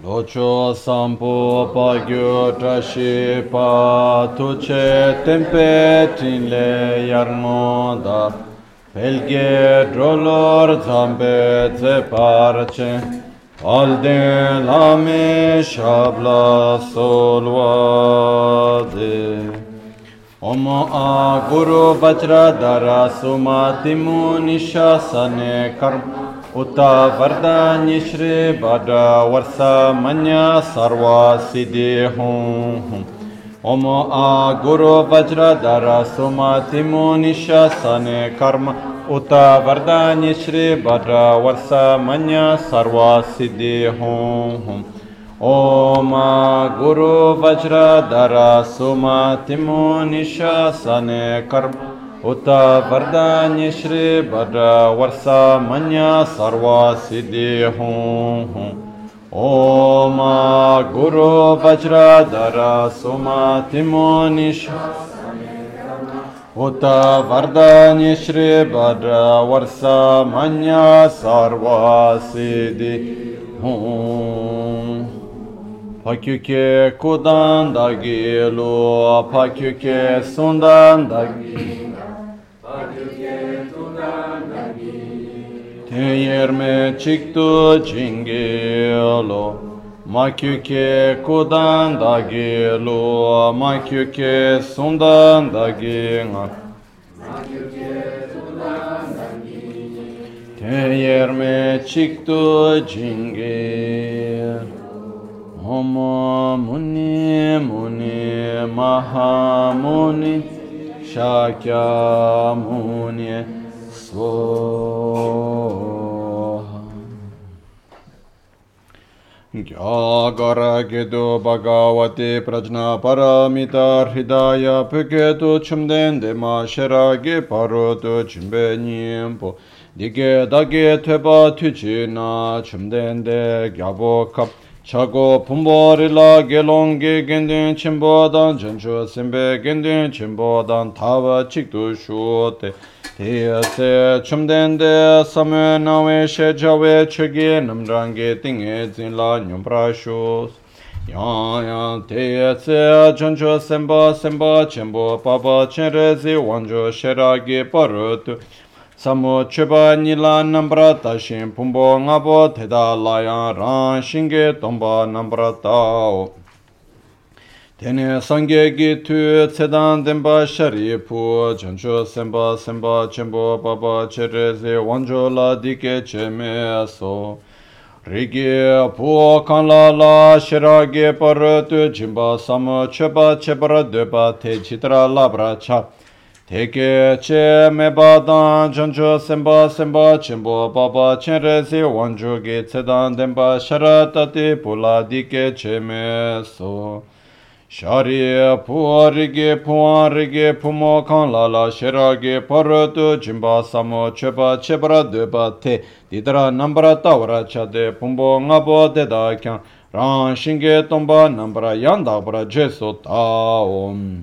Locho sampo pagyo trashi pa tuche tempe tinle yarnoda pelge drolor zambe zeparche alde lame shabla solvade Omo a guru vajra dara sumatimu nishasane karma Uta vardani shri bada varsa manya sarva siddhi hum Omo a guru vajra dara sumatimu nishasane karma Uta vardani shri bada varsa manya sarva siddhi hum Om Guru Vajra Dara Sumatimu Nishasane Karma Uta Vardanya Shri Bhadra Varsa Manya Sarva Siddhi Hum Om Guru Vajra Dara Sumatimu Nishasane Uta Vardanya Shri Bhadra Varsa Manya Sarva Siddhi Hum Pakyuke kudan dagi lo, pakyuke sundan dagi, pakyuke sundan dagi. Teyerme çıktı cingelo, makyuke kudan dagi lo, makyuke sundan dagi. Makyuke sundan dagi. Teyerme çıktı cingelo. Om Muni Muni Mahamuni Shakya Muni Swaha Gyagara Gedo Bhagavati Prajna Paramita Hridaya Puketu Chumdende Masharagi Parotu Chimbe Nyimpo Dige Dage Teba Tuchina Chumdende Gyabo Kap Chago Pumborila Gelonge Gendin Chimbodan Jancho Simbe Gendin Chimbodan Tava Chiktu Shute Tese Chumdende Same Nawe Shejawe Chege Namdrange Tinge Zinla Nyumprashus Yan Tese Jancho Simba Simba Chimbo Papa Chenrezi Wanjo Sheragi Parutu Samo cheba nila nambra tashin pumbo ngabo teda layan ran shinge tomba nambra tao. Tene sange gitu tsedan demba sharipu jancho semba semba chembo baba chereze wanjo la dike cheme so. Rigi puo kan la shirage paratu jimba samo cheba chebra deba te chitra labra cha. Teke che me badan janjo semba semba chimbo baba chenrezi wanjo ge tsedan demba sharatati pula dike che me so. Shari puwa rige puwa rige pumo kan lala shirage paratu jimba samo cheba chebra deba te didra nambra tawra chade pumbo ngabo deda kyan ran shinge tomba nambra yandabra jeso taom.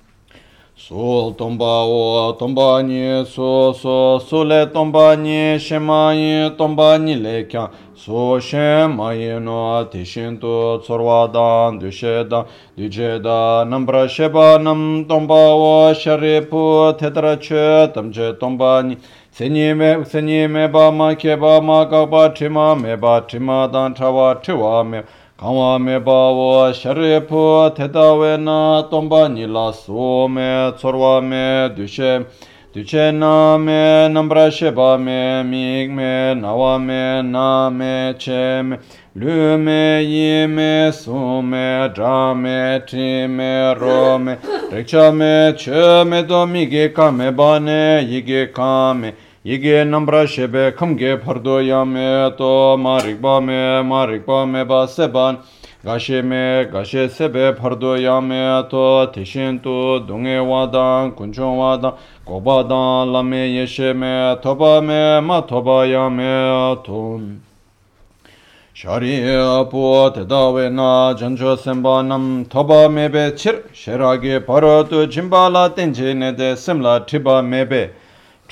Sol tomba o tomba ni so sole tomba ni shema ni tomba ni lekya so shema ye no tishinto tsorwadan dusheda dujeda nambra sheba nam tomba o sharipu tetra che tamje tomba ni senye me ba ma ke ba ma ka ba tima me ba tima dan chawa chiwa me Kawa me bawa sharipu tedawe na tomba nila so me tsorwa me duche na me nambra sheba me mig me nawa me na me che me lu me yi me su me dra me tri me ro me rekcha me che me do mige ka me ba ne yige ka me Yige nambra shebe kamge pardo yame to marikba me ba seban gashe sebe pardo yame to tishin to dunge wadan kunchon wadan gobadan lame yeshe me toba me ma toba yame to Shari apu tedawe na jancho semba nam toba mebe chir sherage parado jimbala tenje ne de simla tiba mebe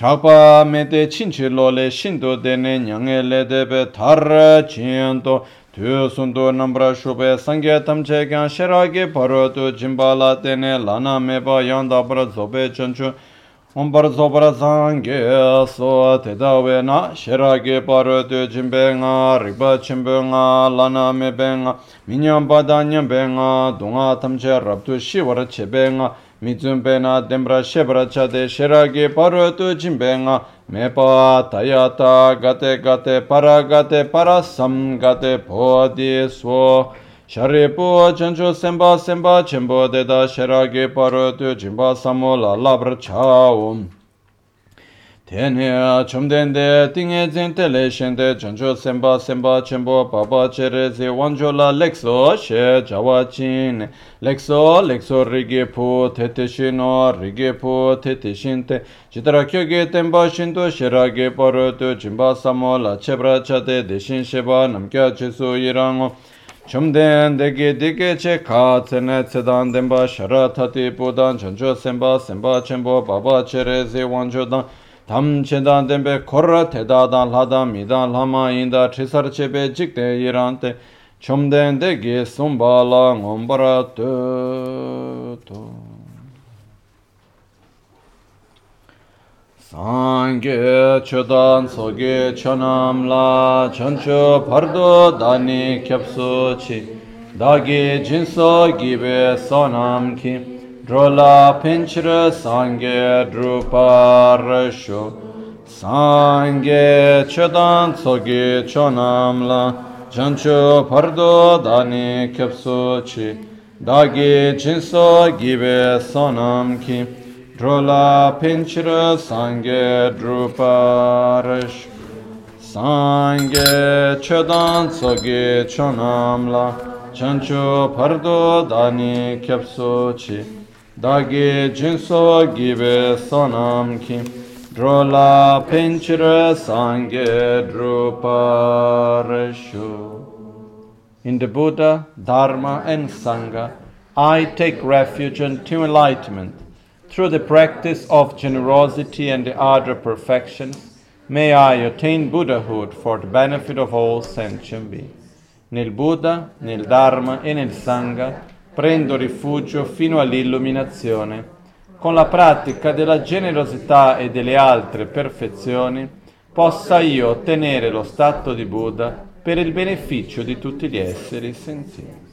Chapa mete chinchi lole shindo dene nyangele debe tar chiento tu sundu nambra shubhe sangye tamche kyan sheragi paro tu jimbala tene lana meba yanda bara zobe chanchu Ombar zobra sangye so tedawe na sheragi paro tu jimbe nga riba chimbe nga lana mebe nga minyam bada nyambe nga dunga tamche rabtu shiwara chebe nga mizumbe na dembra shebra chade sheragi paro tu jimbe nga mepa tayata gate gate para sam gate podi so sharipu chanchu semba semba chembo deda sheragi paro tu jimba samola labra chao tene chumdende tinge zentele shende chanchu semba semba chembo baba cherezi wanjola lexo she jawa chin lexo rigi pu tete shino rigi pu tete shinte chitara kyoge temba shinto sheragi paro tu jimba samola chebra chade deshin sheba namkya chesu irango chumden degi digi che ka tsene tsedan denba shara tati budan chancho semba semba chenbo baba cherezi wanjodan tam chedan denbe korra tedadan ladan midan lama inda trisar chebe jikde irante chumden degi sumbala ngombara to Sangye chodan soge chonam la chancho pardo dani kyapso chi dagi jinso gibe sonam ki drola pinchra sangye druparasho Sangye chodan soge chonam la chancho pardo dani kyapso chi dagi jinso gibe sonam ki Drola pinchra sangye druparash Sangye chodan soge chonamla Chancho pardo dani kyapso chi Dagi jinso gibe sonam ki Drola pinchra sangye druparashu In the Buddha, Dharma and Sangha, I take refuge unto enlightenment. Through the practice of generosity and the other perfections, may I attain Buddhahood for the benefit of all sentient beings. Nel Buddha, nel Dharma e nel Sangha prendo rifugio fino all'illuminazione. Con la pratica della generosità e delle altre perfezioni, possa io ottenere lo stato di Buddha per il beneficio di tutti gli esseri senzienti.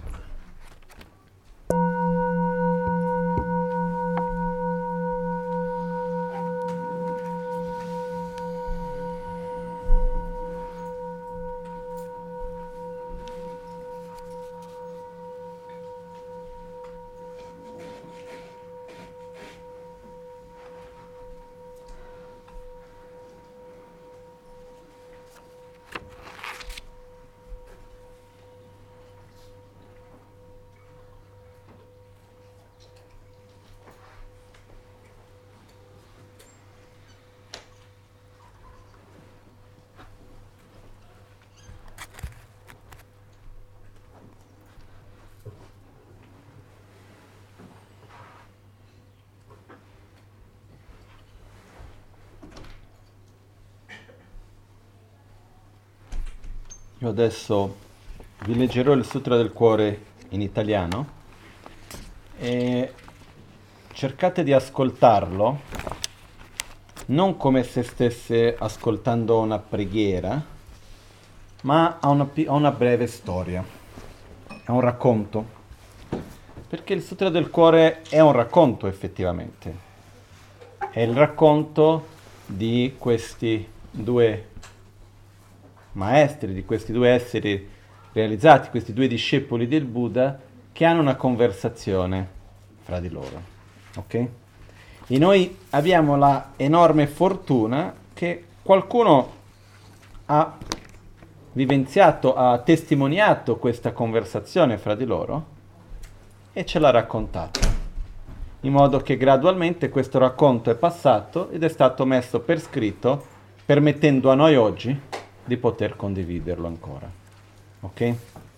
Io adesso vi leggerò il Sutra del Cuore in italiano e cercate di ascoltarlo non come se stesse ascoltando una preghiera, ma a una breve storia, a un racconto, perché il Sutra del Cuore è un racconto effettivamente, è il racconto di questi due maestri, di questi due esseri realizzati, questi due discepoli del Buddha che hanno una conversazione fra di loro, ok? E noi abbiamo la enorme fortuna che qualcuno ha vivenziato, ha testimoniato questa conversazione fra di loro e ce l'ha raccontata, in modo che gradualmente questo racconto è passato ed è stato messo per scritto, permettendo a noi oggi di poter condividerlo ancora. Ok?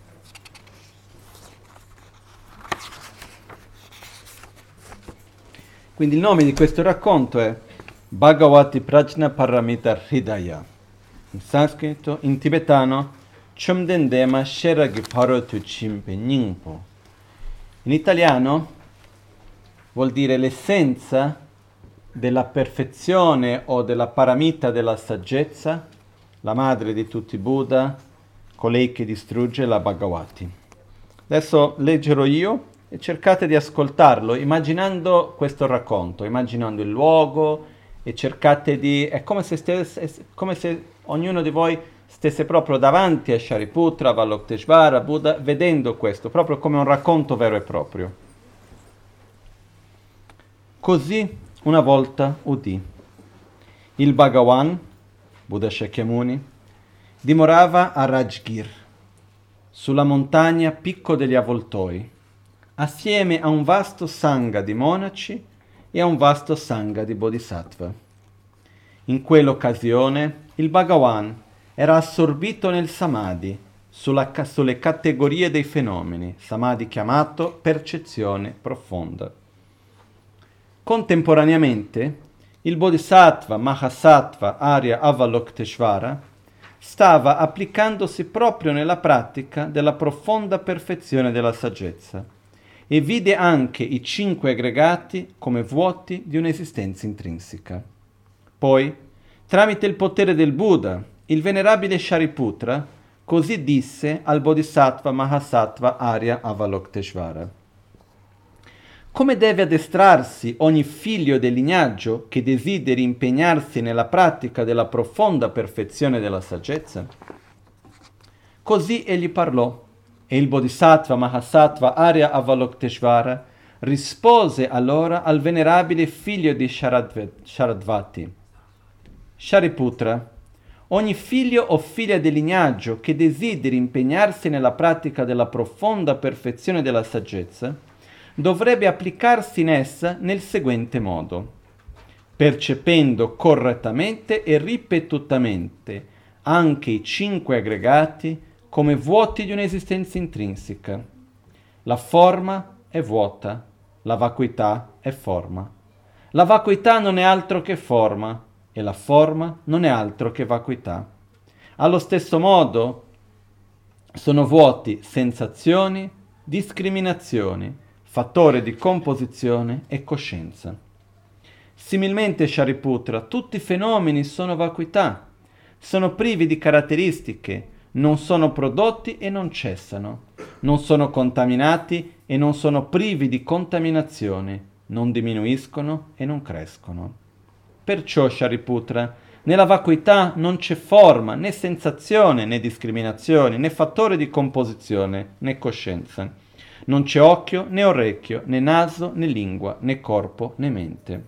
Quindi il nome di questo racconto è Bhagavati Prajna Paramita Hridaya. In sanscrito, in tibetano, Chumdendema Sheragi Parotu Chimpe Nyingpo. In italiano vuol dire l'essenza della perfezione o della paramita della saggezza, la madre di tutti i Buddha, colei che distrugge la Bhagavati. Adesso leggerò io e cercate di ascoltarlo immaginando questo racconto, immaginando il luogo e cercate di... è come se ognuno di voi stesse proprio davanti a Shariputra, Avalokiteshvara, Buddha, vedendo questo, proprio come un racconto vero e proprio. Così una volta udì. Il Bhagavan, Buddha Shakyamuni, dimorava a Rajgir, sulla montagna Picco degli Avvoltoi, assieme a un vasto sangha di monaci e a un vasto sangha di bodhisattva. In quell'occasione il Bhagavan era assorbito nel samadhi, sulle categorie dei fenomeni, samadhi chiamato percezione profonda. Contemporaneamente, il Bodhisattva Mahasattva Arya Avalokiteshvara stava applicandosi proprio nella pratica della profonda perfezione della saggezza e vide anche i 5 aggregati come vuoti di un'esistenza intrinseca. Poi, tramite il potere del Buddha, il venerabile Shariputra così disse al Bodhisattva Mahasattva Arya Avalokiteshvara: come deve addestrarsi ogni figlio del lignaggio che desideri impegnarsi nella pratica della profonda perfezione della saggezza? Così egli parlò, e il Bodhisattva Mahasattva Arya Avalokiteshvara rispose allora al venerabile figlio di Sharadvati: Shariputra, ogni figlio o figlia del lignaggio che desideri impegnarsi nella pratica della profonda perfezione della saggezza dovrebbe applicarsi in essa nel seguente modo: percependo correttamente e ripetutamente anche i 5 aggregati come vuoti di un'esistenza intrinseca. La forma è vuota, la vacuità è forma. La vacuità non è altro che forma e la forma non è altro che vacuità. Allo stesso modo sono vuoti sensazioni, discriminazioni, fattore di composizione e coscienza. Similmente, Shariputra, tutti i fenomeni sono vacuità, sono privi di caratteristiche, non sono prodotti e non cessano, non sono contaminati e non sono privi di contaminazione, non diminuiscono e non crescono. Perciò, Shariputra, nella vacuità non c'è forma, né sensazione, né discriminazione, né fattore di composizione, né coscienza. Non c'è occhio, né orecchio, né naso, né lingua, né corpo, né mente.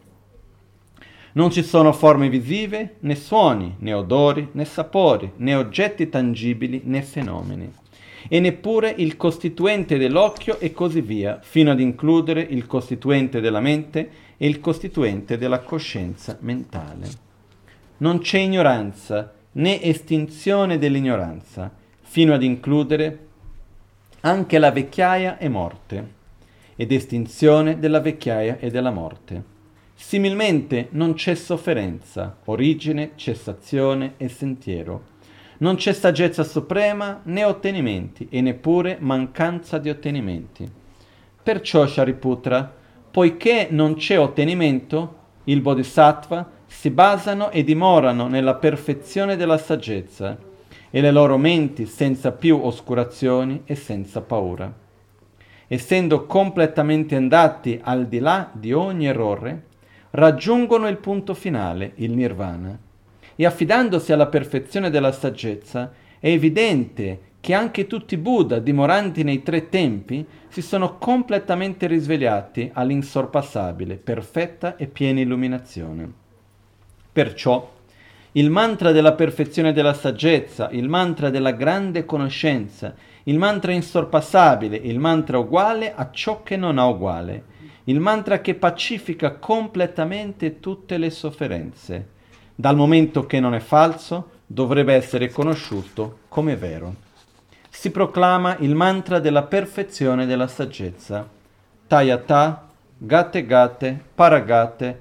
Non ci sono forme visive, né suoni, né odori, né sapori, né oggetti tangibili, né fenomeni. E neppure il costituente dell'occhio e così via, fino ad includere il costituente della mente e il costituente della coscienza mentale. Non c'è ignoranza, né estinzione dell'ignoranza, fino ad includere anche la vecchiaia e morte, ed estinzione della vecchiaia e della morte. Similmente non c'è sofferenza, origine, cessazione e sentiero. Non c'è saggezza suprema né ottenimenti e neppure mancanza di ottenimenti. Perciò, Shariputra, poiché non c'è ottenimento, il Bodhisattva si basano e dimorano nella perfezione della saggezza e le loro menti senza più oscurazioni e senza paura. Essendo completamente andati al di là di ogni errore, raggiungono il punto finale, il nirvana. E affidandosi alla perfezione della saggezza, è evidente che anche tutti i Buddha dimoranti nei 3 tempi si sono completamente risvegliati all'insorpassabile, perfetta e piena illuminazione. Perciò il mantra della perfezione della saggezza, il mantra della grande conoscenza, il mantra insorpassabile, il mantra uguale a ciò che non ha uguale, il mantra che pacifica completamente tutte le sofferenze, dal momento che non è falso, dovrebbe essere conosciuto come vero. Si proclama il mantra della perfezione della saggezza. Tayata, Gate Gate, Paragate,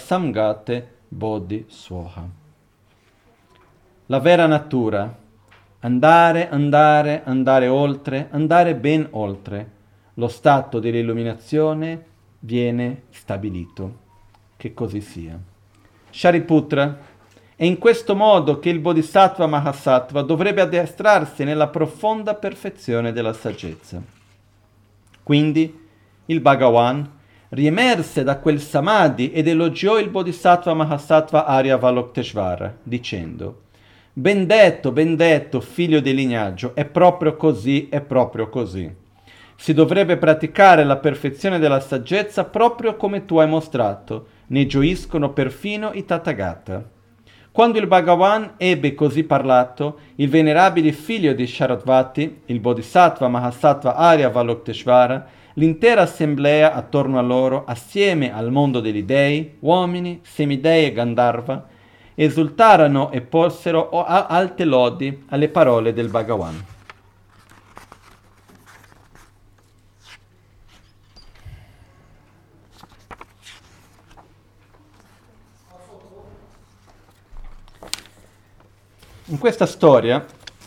Parasamgate, Bodhi Swaha. La vera natura, andare oltre, andare ben oltre. Lo stato dell'illuminazione viene stabilito. Che così sia. Shariputra, è in questo modo che il Bodhisattva Mahasattva dovrebbe addestrarsi nella profonda perfezione della saggezza. Quindi il Bhagavan riemerse da quel samadhi ed elogiò il Bodhisattva Mahasattva Aryavalokiteshvara, dicendo: ben detto, figlio di lignaggio, è proprio così, è proprio così. Si dovrebbe praticare la perfezione della saggezza proprio come tu hai mostrato, ne gioiscono perfino i Tathagata. Quando il Bhagavan ebbe così parlato, il venerabile figlio di Sharadvati, il Bodhisattva Mahasattva Aryavalokiteshvara, l'intera assemblea attorno a loro, assieme al mondo degli dei, uomini, semidei e Gandharva, esultarono e posero alte lodi alle parole del Bhagavan. In questa storia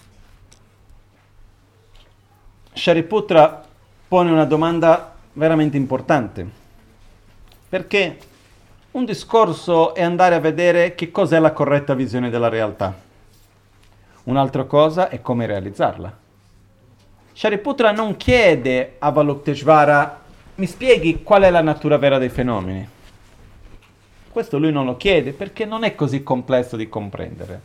Shariputra pone una domanda veramente importante, perché un discorso è andare a vedere che cos'è la corretta visione della realtà, un'altra cosa è come realizzarla. Shariputra non chiede a Avalokiteshvara: mi spieghi qual è la natura vera dei fenomeni. Questo lui non lo chiede perché non è così complesso di comprendere.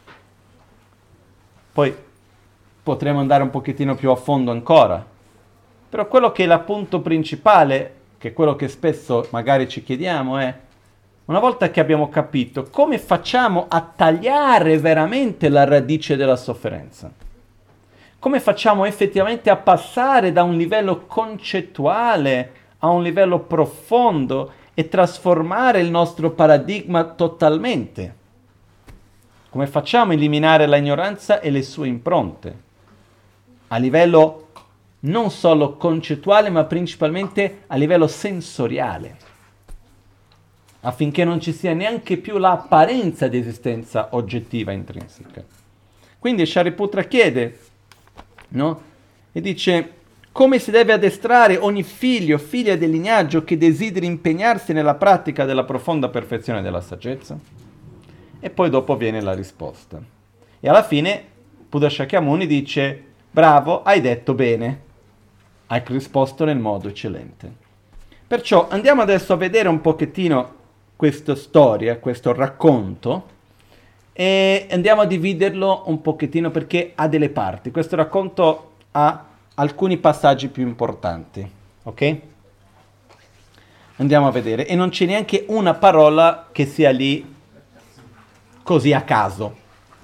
Poi potremo andare un pochettino più a fondo ancora, però quello che è l'appunto principale, che è quello che spesso magari ci chiediamo, è: una volta che abbiamo capito, come facciamo a tagliare veramente la radice della sofferenza? Come facciamo effettivamente a passare da un livello concettuale a un livello profondo e trasformare il nostro paradigma totalmente? Come facciamo a eliminare l'ignoranza e le sue impronte? A livello non solo concettuale, ma principalmente a livello sensoriale, affinché non ci sia neanche più l'apparenza di esistenza oggettiva intrinseca. Quindi Shariputra chiede, no? E dice: come si deve addestrare ogni figlio o figlia del lignaggio che desideri impegnarsi nella pratica della profonda perfezione della saggezza? E poi dopo viene la risposta. E alla fine Buddha Shakyamuni dice: bravo, hai detto bene, hai risposto nel modo eccellente. Perciò andiamo adesso a vedere un pochettino questa storia, questo racconto, e andiamo a dividerlo un pochettino perché ha delle parti. Questo racconto ha alcuni passaggi più importanti, ok? Andiamo a vedere. E non c'è neanche una parola che sia lì così a caso,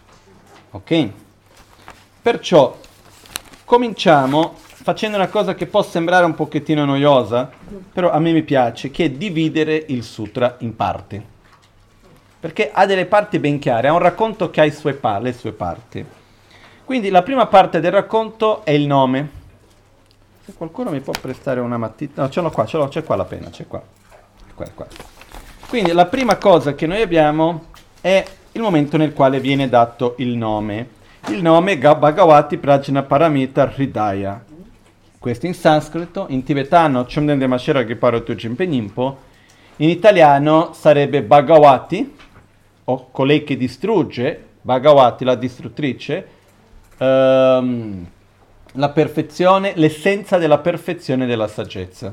ok? Perciò cominciamo facendo una cosa che può sembrare un pochettino noiosa, però a me mi piace, che è dividere il sutra in parti, perché ha delle parti ben chiare, è un racconto che ha le sue parti. Quindi la prima parte del racconto è il nome. Se qualcuno mi può prestare una matita, no, ce l'ho qua, c'è qua la penna, c'è qua. Qua. Quindi la prima cosa che noi abbiamo è il momento nel quale viene dato il nome. Il nome è Bhagavati Prajna Paramita Hridaya. Questo in sanscrito, in tibetano Chomden Demashera Giparotu Jimpenyimpo, in italiano sarebbe Bhagavati, o colei che distrugge, Bhagavati la distruttrice, la perfezione, l'essenza della perfezione della saggezza.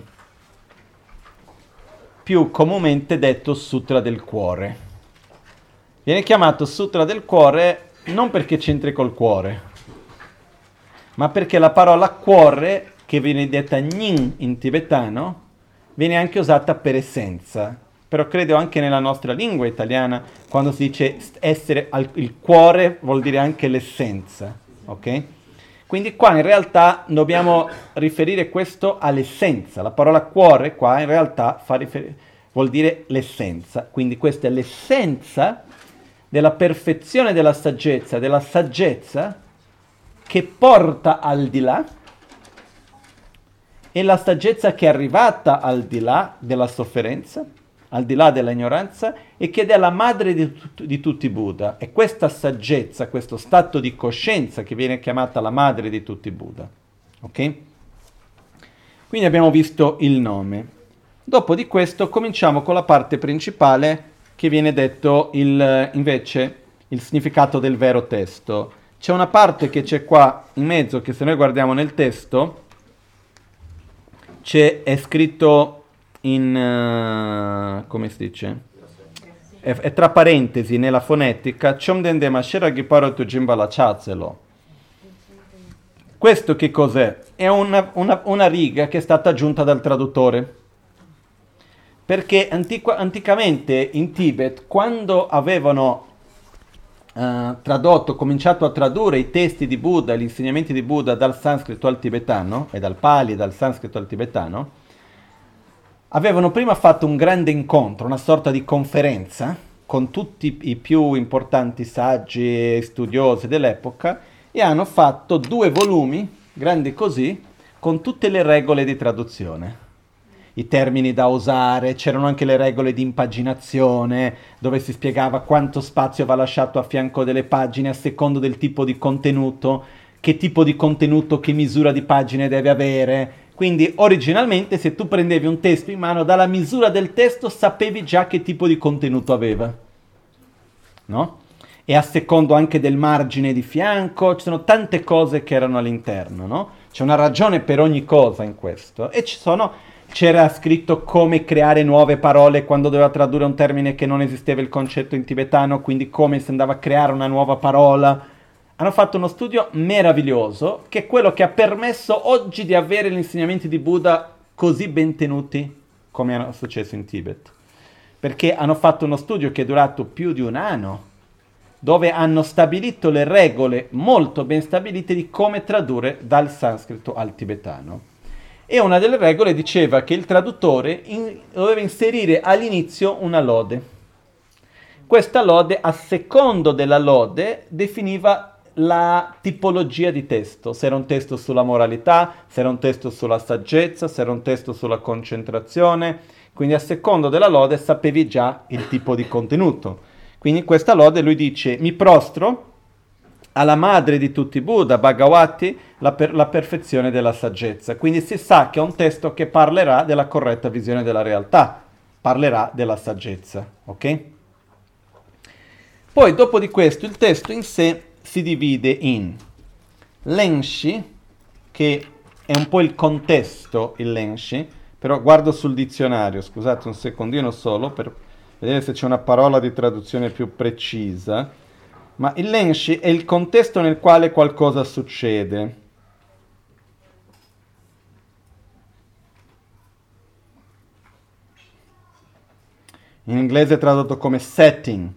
Più comunemente detto Sutra del Cuore. Viene chiamato Sutra del Cuore non perché c'entri col cuore, ma perché la parola cuore, che viene detta Nyin in tibetano, viene anche usata per essenza. Però credo anche nella nostra lingua italiana, quando si dice essere il cuore, vuol dire anche l'essenza, ok? Quindi qua in realtà dobbiamo riferire questo all'essenza. La parola cuore qua in realtà vuol dire l'essenza. Quindi questa è l'essenza della perfezione della saggezza che porta al di là, e la saggezza che è arrivata al di là della sofferenza, al di là dell'ignoranza, e che è la madre di tutti i Buddha. È questa saggezza, questo stato di coscienza che viene chiamata la madre di tutti i Buddha. Ok? Quindi abbiamo visto il nome. Dopo di questo cominciamo con la parte principale, che viene detto invece il significato del vero testo. C'è una parte che c'è qua in mezzo, che se noi guardiamo nel testo, è scritto in, come si dice? È tra parentesi nella fonetica. Chomdende mashera giparo tu jimbala chazelo. Questo che cos'è? È una riga che è stata aggiunta dal traduttore. Perché anticamente in Tibet, quando avevano cominciato a tradurre i testi di Buddha, gli insegnamenti di Buddha dal sanscrito al tibetano, e dal Pali e dal sanscrito al tibetano, avevano prima fatto un grande incontro, una sorta di conferenza, con tutti i più importanti saggi e studiosi dell'epoca, e hanno fatto 2 volumi, grandi così, con tutte le regole di traduzione. I termini da usare, c'erano anche le regole di impaginazione, dove si spiegava quanto spazio va lasciato a fianco delle pagine a secondo del tipo di contenuto, che tipo di contenuto, che misura di pagine deve avere. Quindi originalmente se tu prendevi un testo in mano, dalla misura del testo sapevi già che tipo di contenuto aveva, no? E a secondo anche del margine di fianco, ci sono tante cose che erano all'interno, no? C'è una ragione per ogni cosa in questo, e c'era scritto come creare nuove parole quando doveva tradurre un termine che non esisteva il concetto in tibetano, quindi come si andava a creare una nuova parola. Hanno fatto uno studio meraviglioso, che è quello che ha permesso oggi di avere gli insegnamenti di Buddha così ben tenuti come è successo in Tibet. Perché hanno fatto uno studio che è durato più di 1 anno, dove hanno stabilito le regole molto ben stabilite di come tradurre dal sanscrito al tibetano. E una delle regole diceva che il traduttore doveva inserire all'inizio una lode. Questa lode, a secondo della lode, definiva la tipologia di testo. Se era un testo sulla moralità, se era un testo sulla saggezza, se era un testo sulla concentrazione. Quindi a secondo della lode sapevi già il tipo di contenuto. Quindi in questa lode lui dice: mi prostro alla madre di tutti i Buddha, Bhagavati, la perfezione della saggezza. Quindi si sa che è un testo che parlerà della corretta visione della realtà, parlerà della saggezza, ok? Poi dopo di questo il testo in sé si divide in Lenshi, che è un po' il contesto, il Lenshi, però guardo sul dizionario, scusate un secondino solo per vedere se c'è una parola di traduzione più precisa. Ma il Lenshi è il contesto nel quale qualcosa succede. In inglese è tradotto come setting.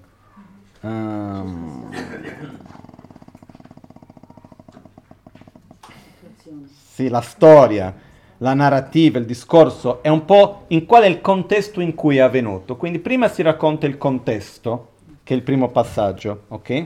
Sì, la storia, la narrativa, il discorso, è un po' in qual è il contesto in cui è avvenuto. Quindi prima si racconta il contesto, che è il primo passaggio, ok?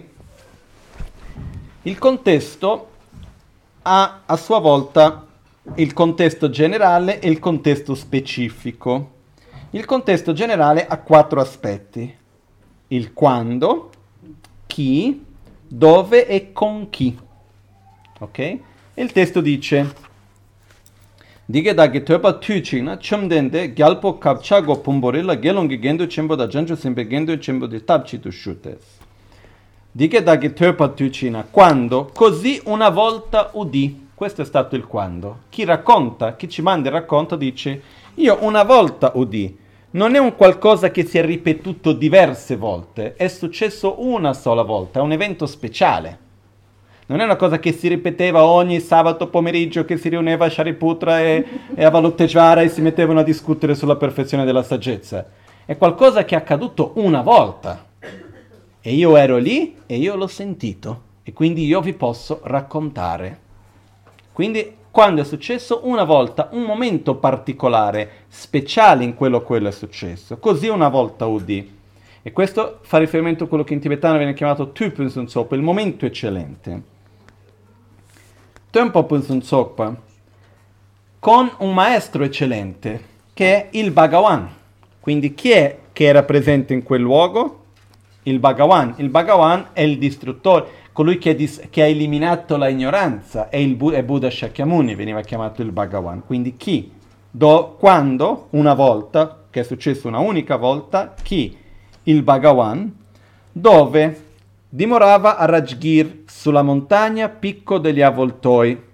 Il contesto ha a sua volta il contesto generale e il contesto specifico. Il contesto generale ha 4 aspetti: il quando, chi, dove e con chi. Ok? E il testo dice: Digedagi töpa tüchina chumdende gyalpo kapchago pumborilla gelongi gendo chembo da janju sembe gendo chembo di tabchi tu shutes. Digedagi töpa tüchina, quando, così una volta udì. Questo è stato il quando. Chi racconta, chi ci manda il racconto dice: io una volta udì. Non è un qualcosa che si è ripetuto diverse volte, è successo una sola volta, è un evento speciale. Non è una cosa che si ripeteva ogni sabato pomeriggio che si riuneva a Shariputra e a Valutejvara e si mettevano a discutere sulla perfezione della saggezza. È qualcosa che è accaduto una volta. E io ero lì e io l'ho sentito. E quindi io vi posso raccontare. Quindi quando è successo una volta, un momento particolare, speciale in quello è successo. Così una volta udì. E questo fa riferimento a quello che in tibetano viene chiamato Tüpünsun Sokpa, il momento eccellente. Tönpopünsun Sokpa, con un maestro eccellente, che è il Bhagavan. Quindi chi è che era presente in quel luogo? Il Bhagavan. Il Bhagavan è il distruttore, colui che ha eliminato la ignoranza, è Buddha Shakyamuni, veniva chiamato il Bhagavan. Quindi chi? Quando? Una volta, che è successo una unica volta, chi? Il Bhagavan, dove dimorava a Rajgir, sulla montagna Picco degli Avvoltoi.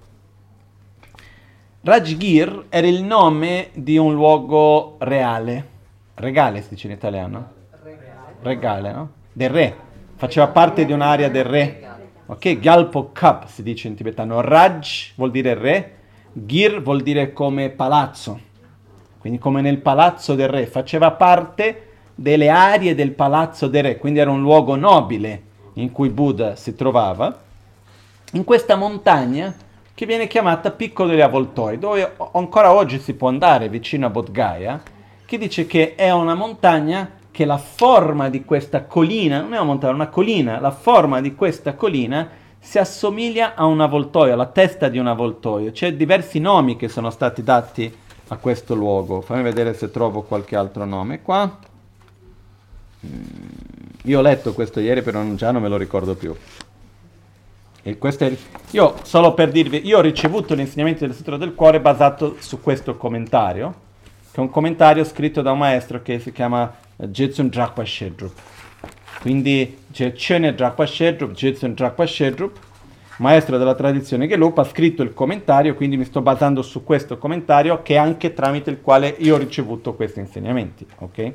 Rajgir era il nome di un luogo reale. Regale si dice in italiano? Regale, no? Del re. Faceva parte di un'area del re. Ok? Gyalpo Kap si dice in tibetano. Raj vuol dire re. Gir vuol dire come palazzo. Quindi come nel palazzo del re. Faceva parte delle aree del palazzo del re. Quindi era un luogo nobile in cui Buddha si trovava. In questa montagna che viene chiamata Picco degli Avvoltoi, dove ancora oggi si può andare vicino a Bodh Gaya, che dice che è una montagna che la forma di questa collina, non è una montagna, è una collina, la forma di questa collina si assomiglia a un avvoltoio, alla testa di un avvoltoio. C'è diversi nomi che sono stati dati a questo luogo. Fammi vedere se trovo qualche altro nome qua. Io ho letto questo ieri, però già non me lo ricordo più. E io, solo per dirvi, io ho ricevuto l'insegnamento del Sutra del Cuore basato su questo commentario, che è un commentario scritto da un maestro che si chiama Jetsun Drakpa Shedrup. Quindi Jetsun Drakpa Shedrup, Jetsun Drakpa Shedrup, maestro della tradizione Gelug, ha scritto il commentario, quindi mi sto basando su questo commentario, che è anche tramite il quale io ho ricevuto questi insegnamenti, ok?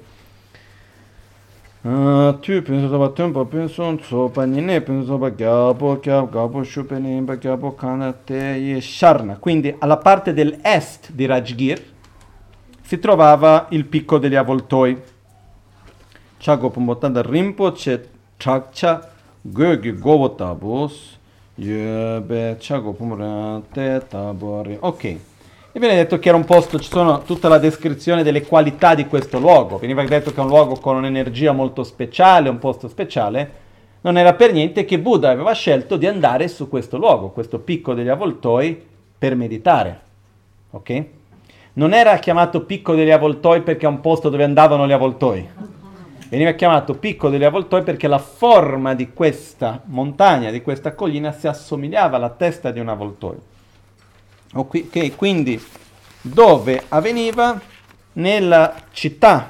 Tu penso ba tempo penso so panine penso ba gabo shupene ba gabo kanate e Sharna. Quindi alla parte dell'est di Rajgir si trovava il Picco degli Avvoltoi. Chago Pumbotanda Rinpoche Chakcha Gogi Govotabus Yebe Chago Pumurate Tabori. Ok. E viene detto che era un posto, ci sono tutta la descrizione delle qualità di questo luogo. Veniva detto che è un luogo con un'energia molto speciale, un posto speciale. Non era per niente che Buddha aveva scelto di andare su questo luogo, questo Picco degli Avvoltoi, per meditare. Ok? Non era chiamato Picco degli Avvoltoi perché è un posto dove andavano gli avvoltoi. Veniva chiamato Picco degli Avvoltoi perché la forma di questa montagna, di questa collina, si assomigliava alla testa di un avvoltoio. Ok, quindi dove avveniva? Nella città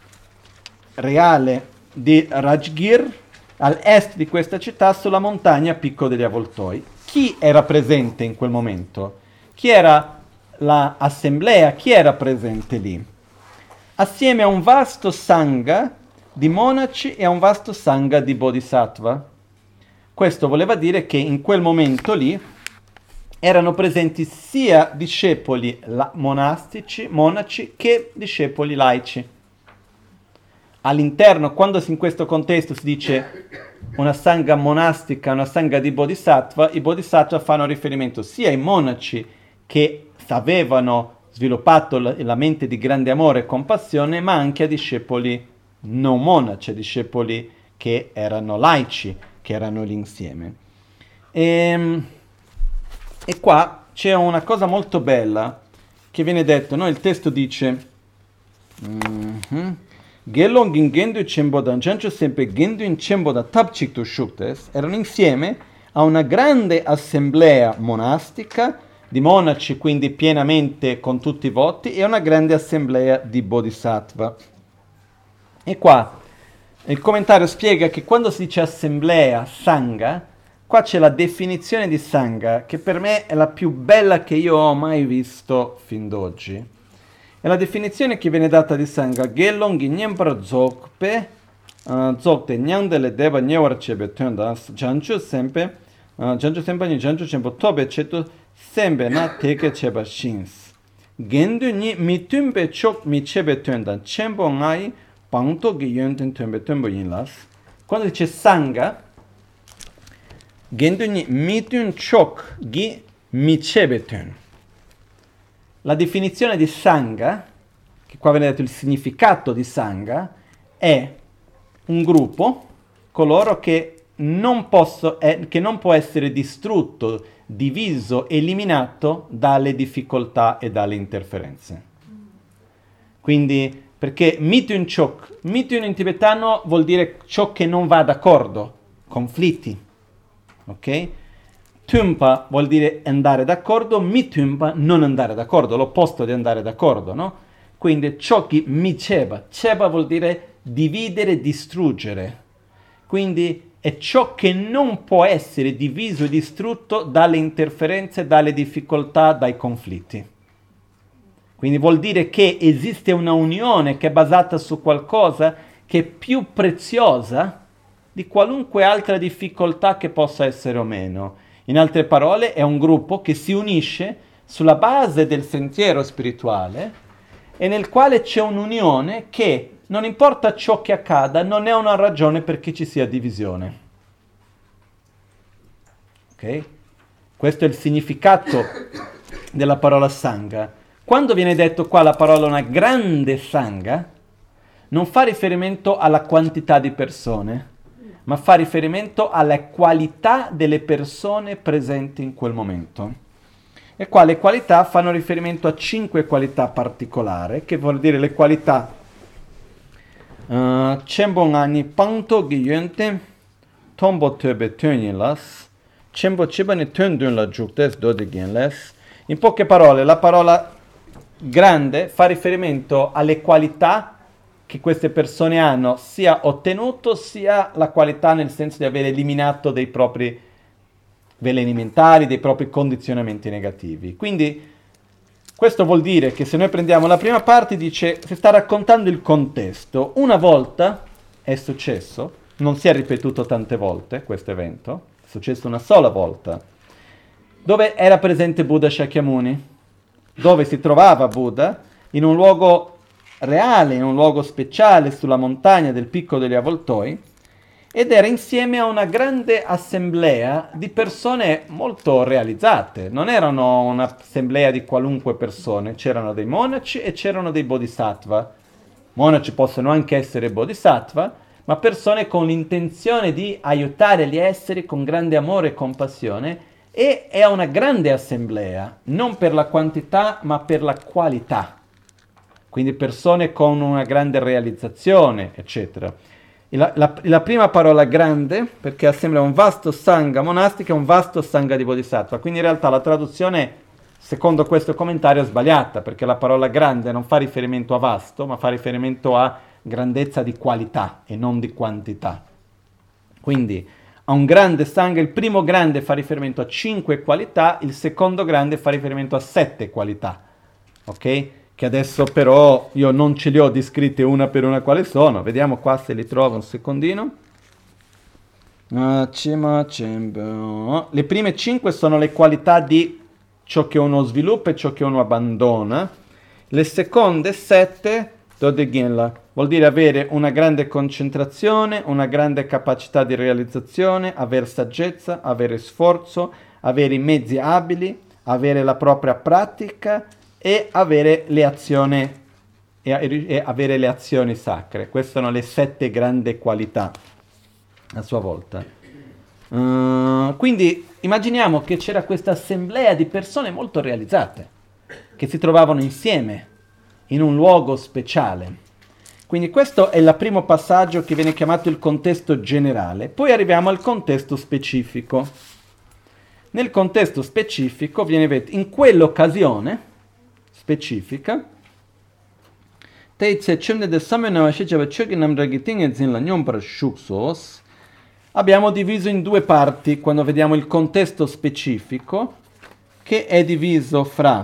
reale di Rajgir, all'est di questa città, sulla montagna Picco degli Avvoltoi. Chi era presente in quel momento? Chi era l'assemblea? Chi era presente lì? Assieme a un vasto sangha di monaci e a un vasto sangha di bodhisattva. Questo voleva dire che in quel momento lì erano presenti sia discepoli monaci che discepoli laici. All'interno, quando in questo contesto si dice una sangha monastica, una sangha di bodhisattva, i bodhisattva fanno riferimento sia ai monaci che avevano sviluppato la mente di grande amore e compassione, ma anche a discepoli non monaci, a discepoli che erano laici, che erano lì insieme. E qua c'è una cosa molto bella che viene detto, no? Il testo dice Gelong in Gendu Chembodan Jancho sempre Gendu in Chemboda Tabchiktu Shuktes erano insieme a una grande assemblea monastica di monaci, quindi pienamente con tutti i voti, e una grande assemblea di bodhisattva. E qua il commentario spiega che quando si dice assemblea, sangha, qua c'è la definizione di sangha, che per me è la più bella che io ho mai visto fin d'oggi. È la definizione che viene data di sangha. Gelong nyembra zokpe, zokte nyandele deva nyewar chebe töndas, janchu sempe ni janchu chembo tobe chetu sembe na teke cheba shins. Gendu ni mitumbe chok mi chebe töndan, chembo ngai pangto gi yönten tömbe tömbo yinlas. Quando dice sangha, Genduni mitun chok gi michebetun. La definizione di sangha, che qua viene detto il significato di sangha, è un gruppo, coloro che non può essere distrutto, diviso, eliminato dalle difficoltà e dalle interferenze. Quindi perché mitun chok, mitun in tibetano vuol dire ciò che non va d'accordo, conflitti, ok? Tumpa vuol dire andare d'accordo, mitumpa non andare d'accordo, l'opposto di andare d'accordo, no? Quindi ciò che mi ceba, ceba vuol dire dividere, distruggere, quindi è ciò che non può essere diviso e distrutto dalle interferenze, dalle difficoltà, dai conflitti. Quindi vuol dire che esiste una unione che è basata su qualcosa che è più preziosa di qualunque altra difficoltà che possa essere o meno. In altre parole, è un gruppo che si unisce sulla base del sentiero spirituale e nel quale c'è un'unione che, non importa ciò che accada, non è una ragione perché ci sia divisione. Ok? Questo è il significato della parola Sangha. Quando viene detto qua la parola una grande Sangha, non fa riferimento alla quantità di persone, ma fa riferimento alla qualità delle persone presenti in quel momento. E qua le qualità fanno riferimento a 5 qualità particolari, che vuol dire le qualità Chembon ani pangto giyente, tombo töbe tönyilas, chembo chibane töndun la juktes dodigyenles. In poche parole, la parola grande fa riferimento alle qualità che queste persone hanno, sia ottenuto, sia la qualità nel senso di aver eliminato dei propri veleni mentali, dei propri condizionamenti negativi. Quindi questo vuol dire che se noi prendiamo la prima parte, dice, si sta raccontando il contesto. Una volta è successo, non si è ripetuto tante volte questo evento, è successo una sola volta, dove era presente Buddha Shakyamuni, dove si trovava Buddha in un luogo reale, in un luogo speciale sulla montagna del Picco degli Avvoltoi, ed era insieme a una grande assemblea di persone molto realizzate. Non erano un'assemblea di qualunque persone, c'erano dei monaci e c'erano dei bodhisattva. Monaci possono anche essere bodhisattva, ma persone con l'intenzione di aiutare gli esseri con grande amore e compassione, e è una grande assemblea, non per la quantità ma per la qualità. Quindi persone con una grande realizzazione, eccetera. La prima parola grande, perché assembla un vasto sangha monastico e un vasto sangha di bodhisattva. Quindi in realtà la traduzione, secondo questo commentario, è sbagliata, perché la parola grande non fa riferimento a vasto, ma fa riferimento a grandezza di qualità e non di quantità. Quindi a un grande sangha, il primo grande fa riferimento a 5 qualità, il secondo grande fa riferimento a 7 qualità. Ok? Che adesso però io non ce li ho descritte una per una quali sono. Vediamo qua se li trovo un secondino. Le prime 5 sono le qualità di ciò che uno sviluppa e ciò che uno abbandona. Le seconde 7, vuol dire avere una grande concentrazione, una grande capacità di realizzazione, avere saggezza, avere sforzo, avere i mezzi abili, avere la propria pratica e avere le azioni e avere le azioni sacre. Queste sono le 7 grandi qualità a sua volta. Quindi immaginiamo che c'era questa assemblea di persone molto realizzate che si trovavano insieme in un luogo speciale. Quindi questo è il primo passaggio che viene chiamato il contesto generale. Poi arriviamo al contesto specifico. Nel contesto specifico viene detto, in quell'occasione specifica, abbiamo diviso in 2 parti quando vediamo il contesto specifico, che è diviso fra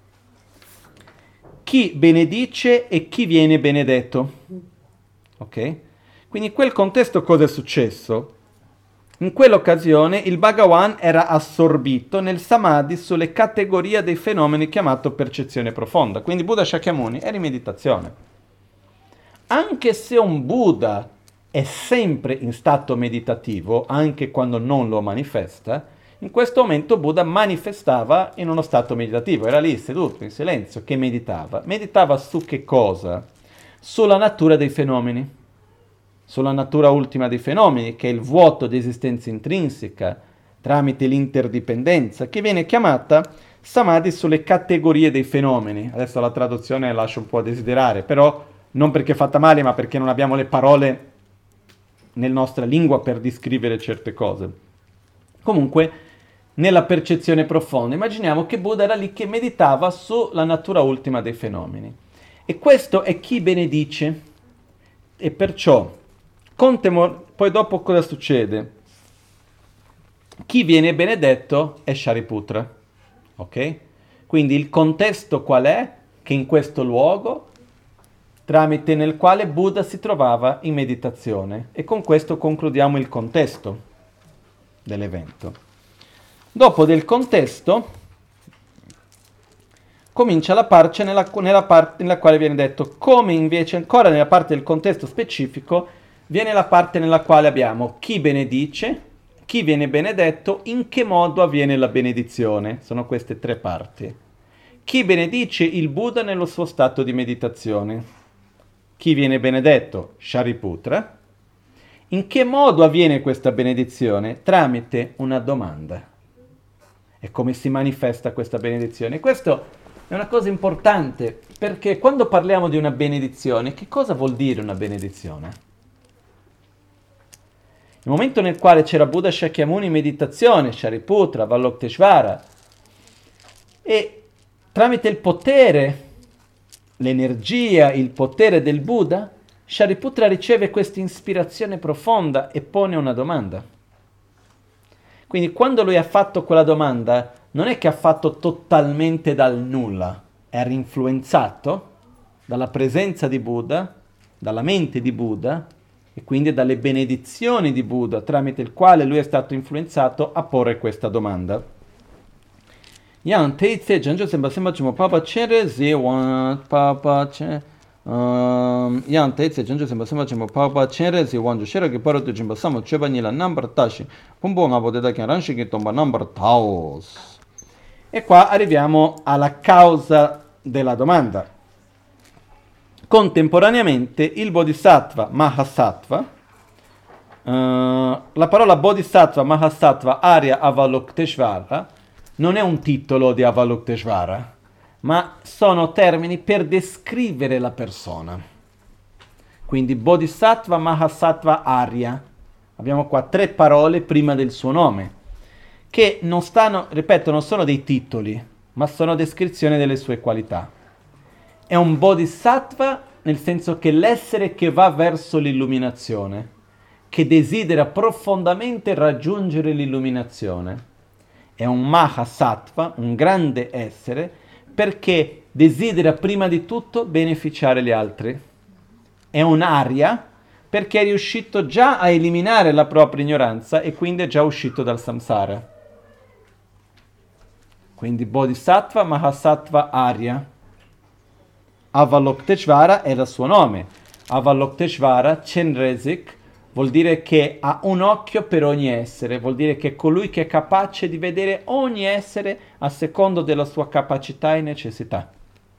chi benedice e chi viene benedetto. Ok? Quindi in quel contesto cosa è successo? In quell'occasione il Bhagavan era assorbito nel samadhi sulle categorie dei fenomeni chiamato percezione profonda. Quindi Buddha Shakyamuni era in meditazione. Anche se un Buddha è sempre in stato meditativo, anche quando non lo manifesta, in questo momento Buddha manifestava in uno stato meditativo. Era lì seduto in silenzio che meditava. Meditava su che cosa? Sulla natura dei fenomeni. Sulla natura ultima dei fenomeni, che è il vuoto di esistenza intrinseca, tramite l'interdipendenza, che viene chiamata samadhi sulle categorie dei fenomeni. Adesso la traduzione lascia un po' a desiderare, però non perché è fatta male, ma perché non abbiamo le parole nella nostra lingua per descrivere certe cose. Comunque, nella percezione profonda, immaginiamo che Buddha era lì che meditava sulla natura ultima dei fenomeni. E questo è chi benedice. E perciò, poi dopo cosa succede? Chi viene benedetto è Shariputra. Ok? Quindi il contesto qual è? Che in questo luogo, tramite nel quale Buddha si trovava in meditazione. E con questo concludiamo il contesto dell'evento. Dopo del contesto comincia la parte nella quale viene detto come invece ancora nella parte del contesto specifico viene la parte nella quale abbiamo chi benedice, chi viene benedetto, in che modo avviene la benedizione. Sono queste tre parti. Chi benedice il Buddha nello suo stato di meditazione. Chi viene benedetto? Shariputra. In che modo avviene questa benedizione? Tramite una domanda. E come si manifesta questa benedizione? Questo è una cosa importante, perché quando parliamo di una benedizione, che cosa vuol dire una benedizione? Il momento nel quale c'era Buddha Shakyamuni in meditazione, Shariputra, Avalokiteshvara, e tramite il potere, l'energia, il potere del Buddha, Shariputra riceve questa ispirazione profonda e pone una domanda. Quindi quando lui ha fatto quella domanda, non è che ha fatto totalmente dal nulla, era influenzato dalla presenza di Buddha, dalla mente di Buddha, e quindi dalle benedizioni di Buddha, tramite il quale lui è stato influenzato a porre questa domanda. Yan Teize Janjo Semba Semba Chimo Papa Chere Zewan Papa Chere Yan Teize Janjo Semba Semba Chimo Papa Chere Zewan Joshera che paro tu Jimba Samo Cheba Nila Number Tashi Pumbo Ngabo Deda Kyan Ranshi che tomba Number Taos. E qua arriviamo alla causa della domanda. Contemporaneamente il Bodhisattva Mahasattva, la parola Bodhisattva Mahasattva Arya Avalokiteshvara non è un titolo di Avalokiteshvara, ma sono termini per descrivere la persona. Quindi Bodhisattva Mahasattva Arya, abbiamo qua tre parole prima del suo nome, che non stanno, ripeto, non sono dei titoli, ma sono descrizioni delle sue qualità. È un bodhisattva nel senso che l'essere che va verso l'illuminazione, che desidera profondamente raggiungere l'illuminazione. È un mahasattva, un grande essere, perché desidera prima di tutto beneficiare gli altri. È un'aria perché è riuscito già a eliminare la propria ignoranza e quindi è già uscito dal samsara. Quindi bodhisattva, mahasattva, arya. Avalokiteshvara era il suo nome. Avalokiteshvara, Chenrezig, vuol dire che ha un occhio per ogni essere, vuol dire che è colui che è capace di vedere ogni essere a secondo della sua capacità e necessità.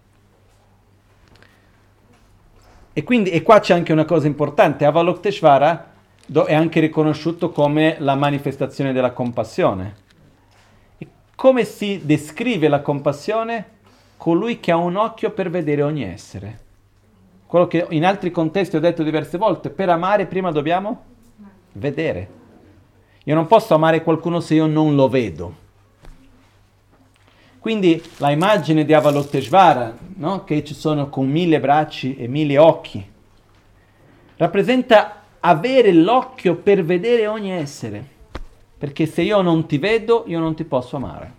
E quindi, e qua c'è anche una cosa importante, Avalokiteshvara è anche riconosciuto come la manifestazione della compassione. E come si descrive la compassione? Colui che ha un occhio per vedere ogni essere. Quello che in altri contesti ho detto diverse volte, per amare prima dobbiamo vedere. Io non posso amare qualcuno se io non lo vedo. Quindi la immagine di Avalokiteshvara, no? Che ci sono con 1000 bracci e 1000 occhi, rappresenta avere l'occhio per vedere ogni essere. Perché se io non ti vedo, io non ti posso amare.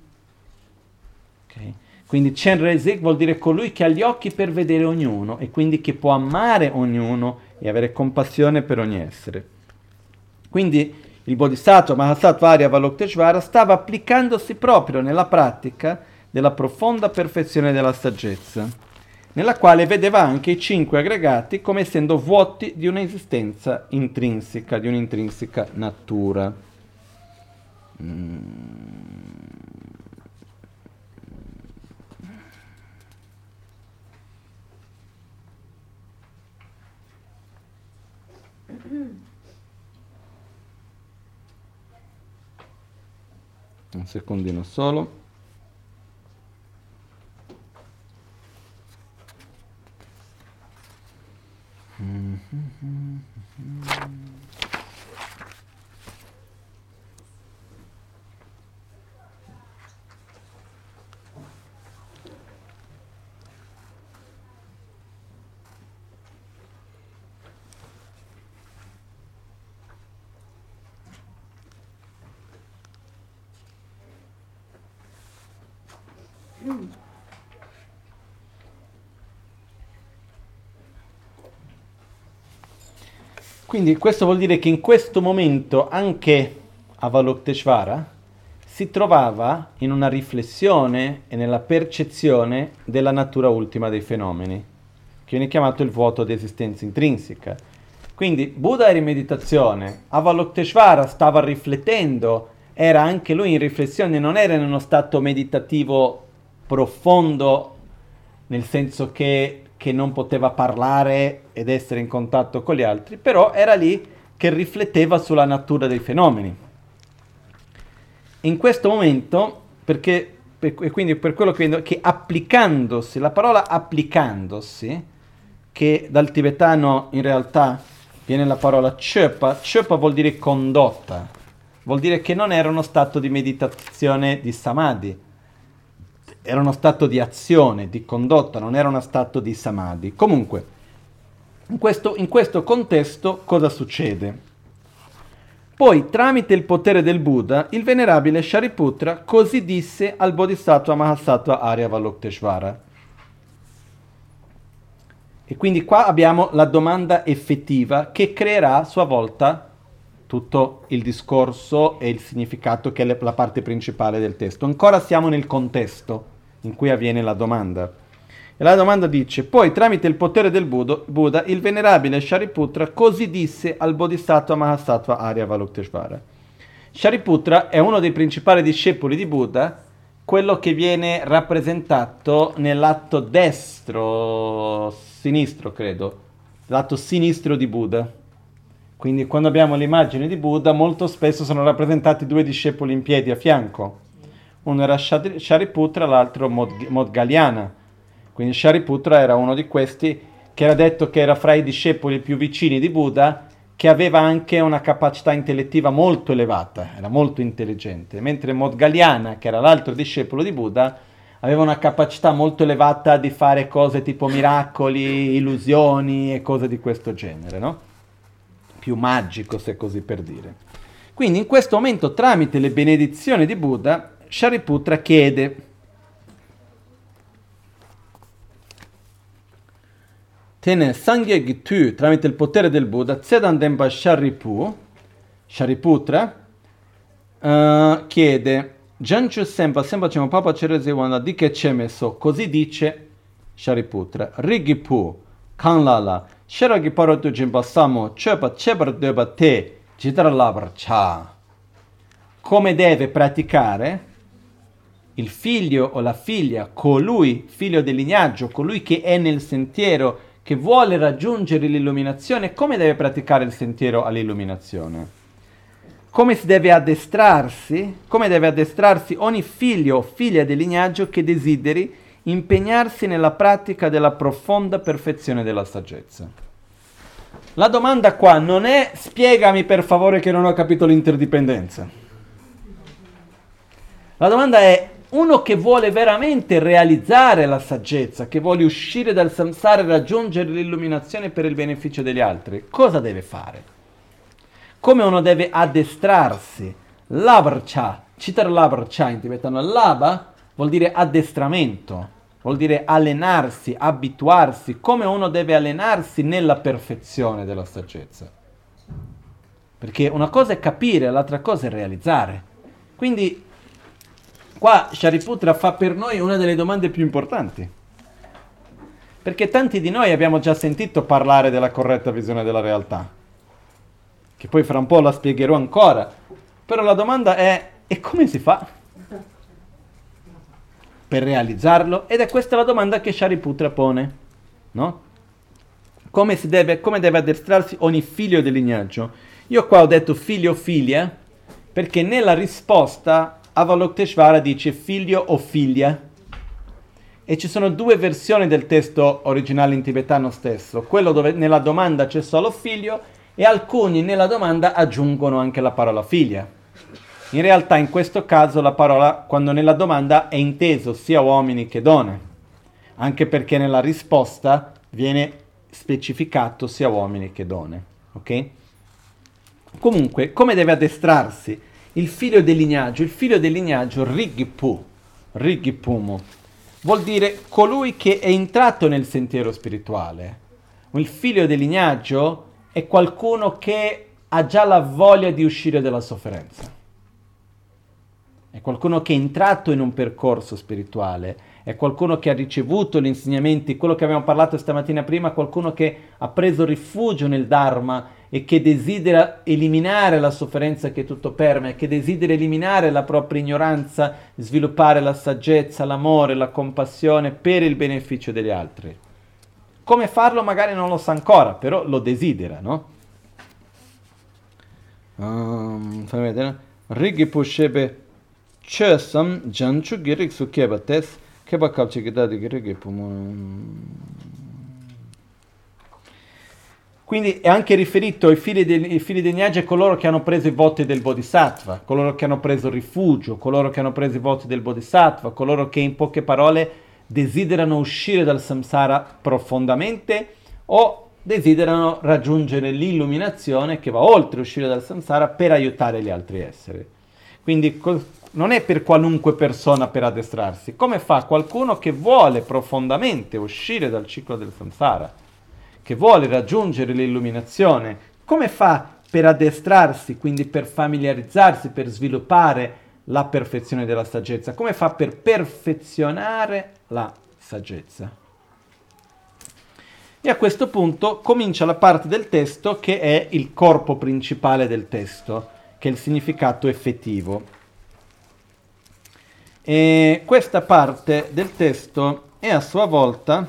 Ok? Quindi Chenrezig vuol dire colui che ha gli occhi per vedere ognuno e quindi che può amare ognuno e avere compassione per ogni essere. Quindi il Bodhisattva Mahasattva Arya Avalokiteshvara stava applicandosi proprio nella pratica della profonda perfezione della saggezza, nella quale vedeva anche i 5 aggregati come essendo vuoti di un'esistenza intrinseca, di un'intrinseca natura. Un secondino solo. Quindi questo vuol dire che in questo momento anche Avalokiteshvara si trovava in una riflessione e nella percezione della natura ultima dei fenomeni, che viene chiamato il vuoto di esistenza intrinseca. Quindi Buddha era in meditazione, Avalokiteshvara stava riflettendo, era anche lui in riflessione, non era in uno stato meditativo profondo, nel senso che non poteva parlare ed essere in contatto con gli altri, però era lì che rifletteva sulla natura dei fenomeni. In questo momento, quindi per quello che applicandosi, la parola applicandosi, che dal tibetano in realtà viene la parola chöpa vuol dire condotta, vuol dire che non era uno stato di meditazione di samadhi, era uno stato di azione, di condotta, non era uno stato di samadhi. Comunque, in questo contesto cosa succede? Poi, tramite il potere del Buddha, il venerabile Shariputra così disse al Bodhisattva Mahasattva Arya Avalokiteshvara. E quindi qua abbiamo la domanda effettiva che creerà a sua volta tutto il discorso e il significato che è la parte principale del testo. Ancora siamo nel contesto in cui avviene la domanda. E la domanda dice: poi tramite il potere del Buddha, il venerabile Shariputra così disse al Bodhisattva Mahasattva Arya Avalokiteshvara. Shariputra è uno dei principali discepoli di Buddha, quello che viene rappresentato nell'atto sinistro credo, lato sinistro di Buddha. Quindi quando abbiamo l'immagine di Buddha molto spesso sono rappresentati due discepoli in piedi a fianco. Uno era Shariputra, l'altro Modgalyana. Quindi Shariputra era uno di questi che era detto che era fra i discepoli più vicini di Buddha, che aveva anche una capacità intellettiva molto elevata, era molto intelligente, mentre Modgalyana, che era l'altro discepolo di Buddha, aveva una capacità molto elevata di fare cose tipo miracoli, illusioni e cose di questo genere, no? Più magico, se così per dire. Quindi in questo momento, tramite le benedizioni di Buddha, Shariputra chiede: Tene Sangye Gitu, tramite il potere del Buddha, Tsedan Denpa Shariputra chiede: Janchu Sempa Chema Papa Cerese Wanda Dike Chemeso, così dice Shariputra, Rigipu, Kanlala, Sheragi Parotu Jimbasamo, Chepa Chebar Deba Te, Chitra Labra Cha. Come deve praticare il figlio o la figlia, colui, figlio del lignaggio, colui che è nel sentiero, che vuole raggiungere l'illuminazione, come deve praticare il sentiero all'illuminazione? Come si deve addestrarsi? Come deve addestrarsi ogni figlio o figlia del lignaggio che desideri impegnarsi nella pratica della profonda perfezione della saggezza? La domanda qua non è: spiegami per favore che non ho capito l'interdipendenza. La domanda è: uno che vuole veramente realizzare la saggezza, che vuole uscire dal samsara e raggiungere l'illuminazione per il beneficio degli altri, cosa deve fare? Come uno deve addestrarsi? Labrcha, citar labrcha in tibetano. Laba vuol dire addestramento, vuol dire allenarsi, abituarsi. Come uno deve allenarsi nella perfezione della saggezza. Perché una cosa è capire, l'altra cosa è realizzare. Quindi qua Shariputra fa per noi una delle domande più importanti, perché tanti di noi abbiamo già sentito parlare della corretta visione della realtà, che poi fra un po' la spiegherò ancora, però la domanda è: e come si fa per realizzarlo? Ed è questa la domanda che Shariputra pone, no? Come deve addestrarsi ogni figlio del lignaggio? Io qua ho detto figlio o figlia, perché nella risposta Avalokiteshvara dice figlio o figlia, e ci sono due versioni del testo originale in tibetano stesso, quello dove nella domanda c'è solo figlio e alcuni nella domanda aggiungono anche la parola figlia. In realtà in questo caso la parola, quando nella domanda, è inteso sia uomini che donne, anche perché nella risposta viene specificato sia uomini che donne, ok? Comunque, come deve addestrarsi il figlio del lignaggio? Il figlio del lignaggio, Rigipumu, vuol dire colui che è entrato nel sentiero spirituale. Il figlio del lignaggio è qualcuno che ha già la voglia di uscire dalla sofferenza. È qualcuno che è entrato in un percorso spirituale, è qualcuno che ha ricevuto gli insegnamenti, quello che abbiamo parlato stamattina prima, qualcuno che ha preso rifugio nel Dharma e che desidera eliminare la sofferenza che tutto permea, che desidera eliminare la propria ignoranza, sviluppare la saggezza, l'amore, la compassione per il beneficio degli altri. Come farlo magari non lo sa ancora, però lo desidera, no? Fammi vedere. Rigi pushebe chesam janchu girik su kebates keba kapche gidadi girigi Quindi è anche riferito ai figli del lignaggio e coloro che hanno preso i voti del Bodhisattva, coloro che hanno preso rifugio, coloro che hanno preso i voti del Bodhisattva, coloro che in poche parole desiderano uscire dal samsara profondamente o desiderano raggiungere l'illuminazione che va oltre uscire dal samsara per aiutare gli altri esseri. Quindi non è per qualunque persona per addestrarsi, come fa qualcuno che vuole profondamente uscire dal ciclo del samsara, che vuole raggiungere l'illuminazione, come fa per addestrarsi, quindi per familiarizzarsi, per sviluppare la perfezione della saggezza, come fa per perfezionare la saggezza. E a questo punto comincia la parte del testo che è il corpo principale del testo, che è il significato effettivo. E questa parte del testo è a sua volta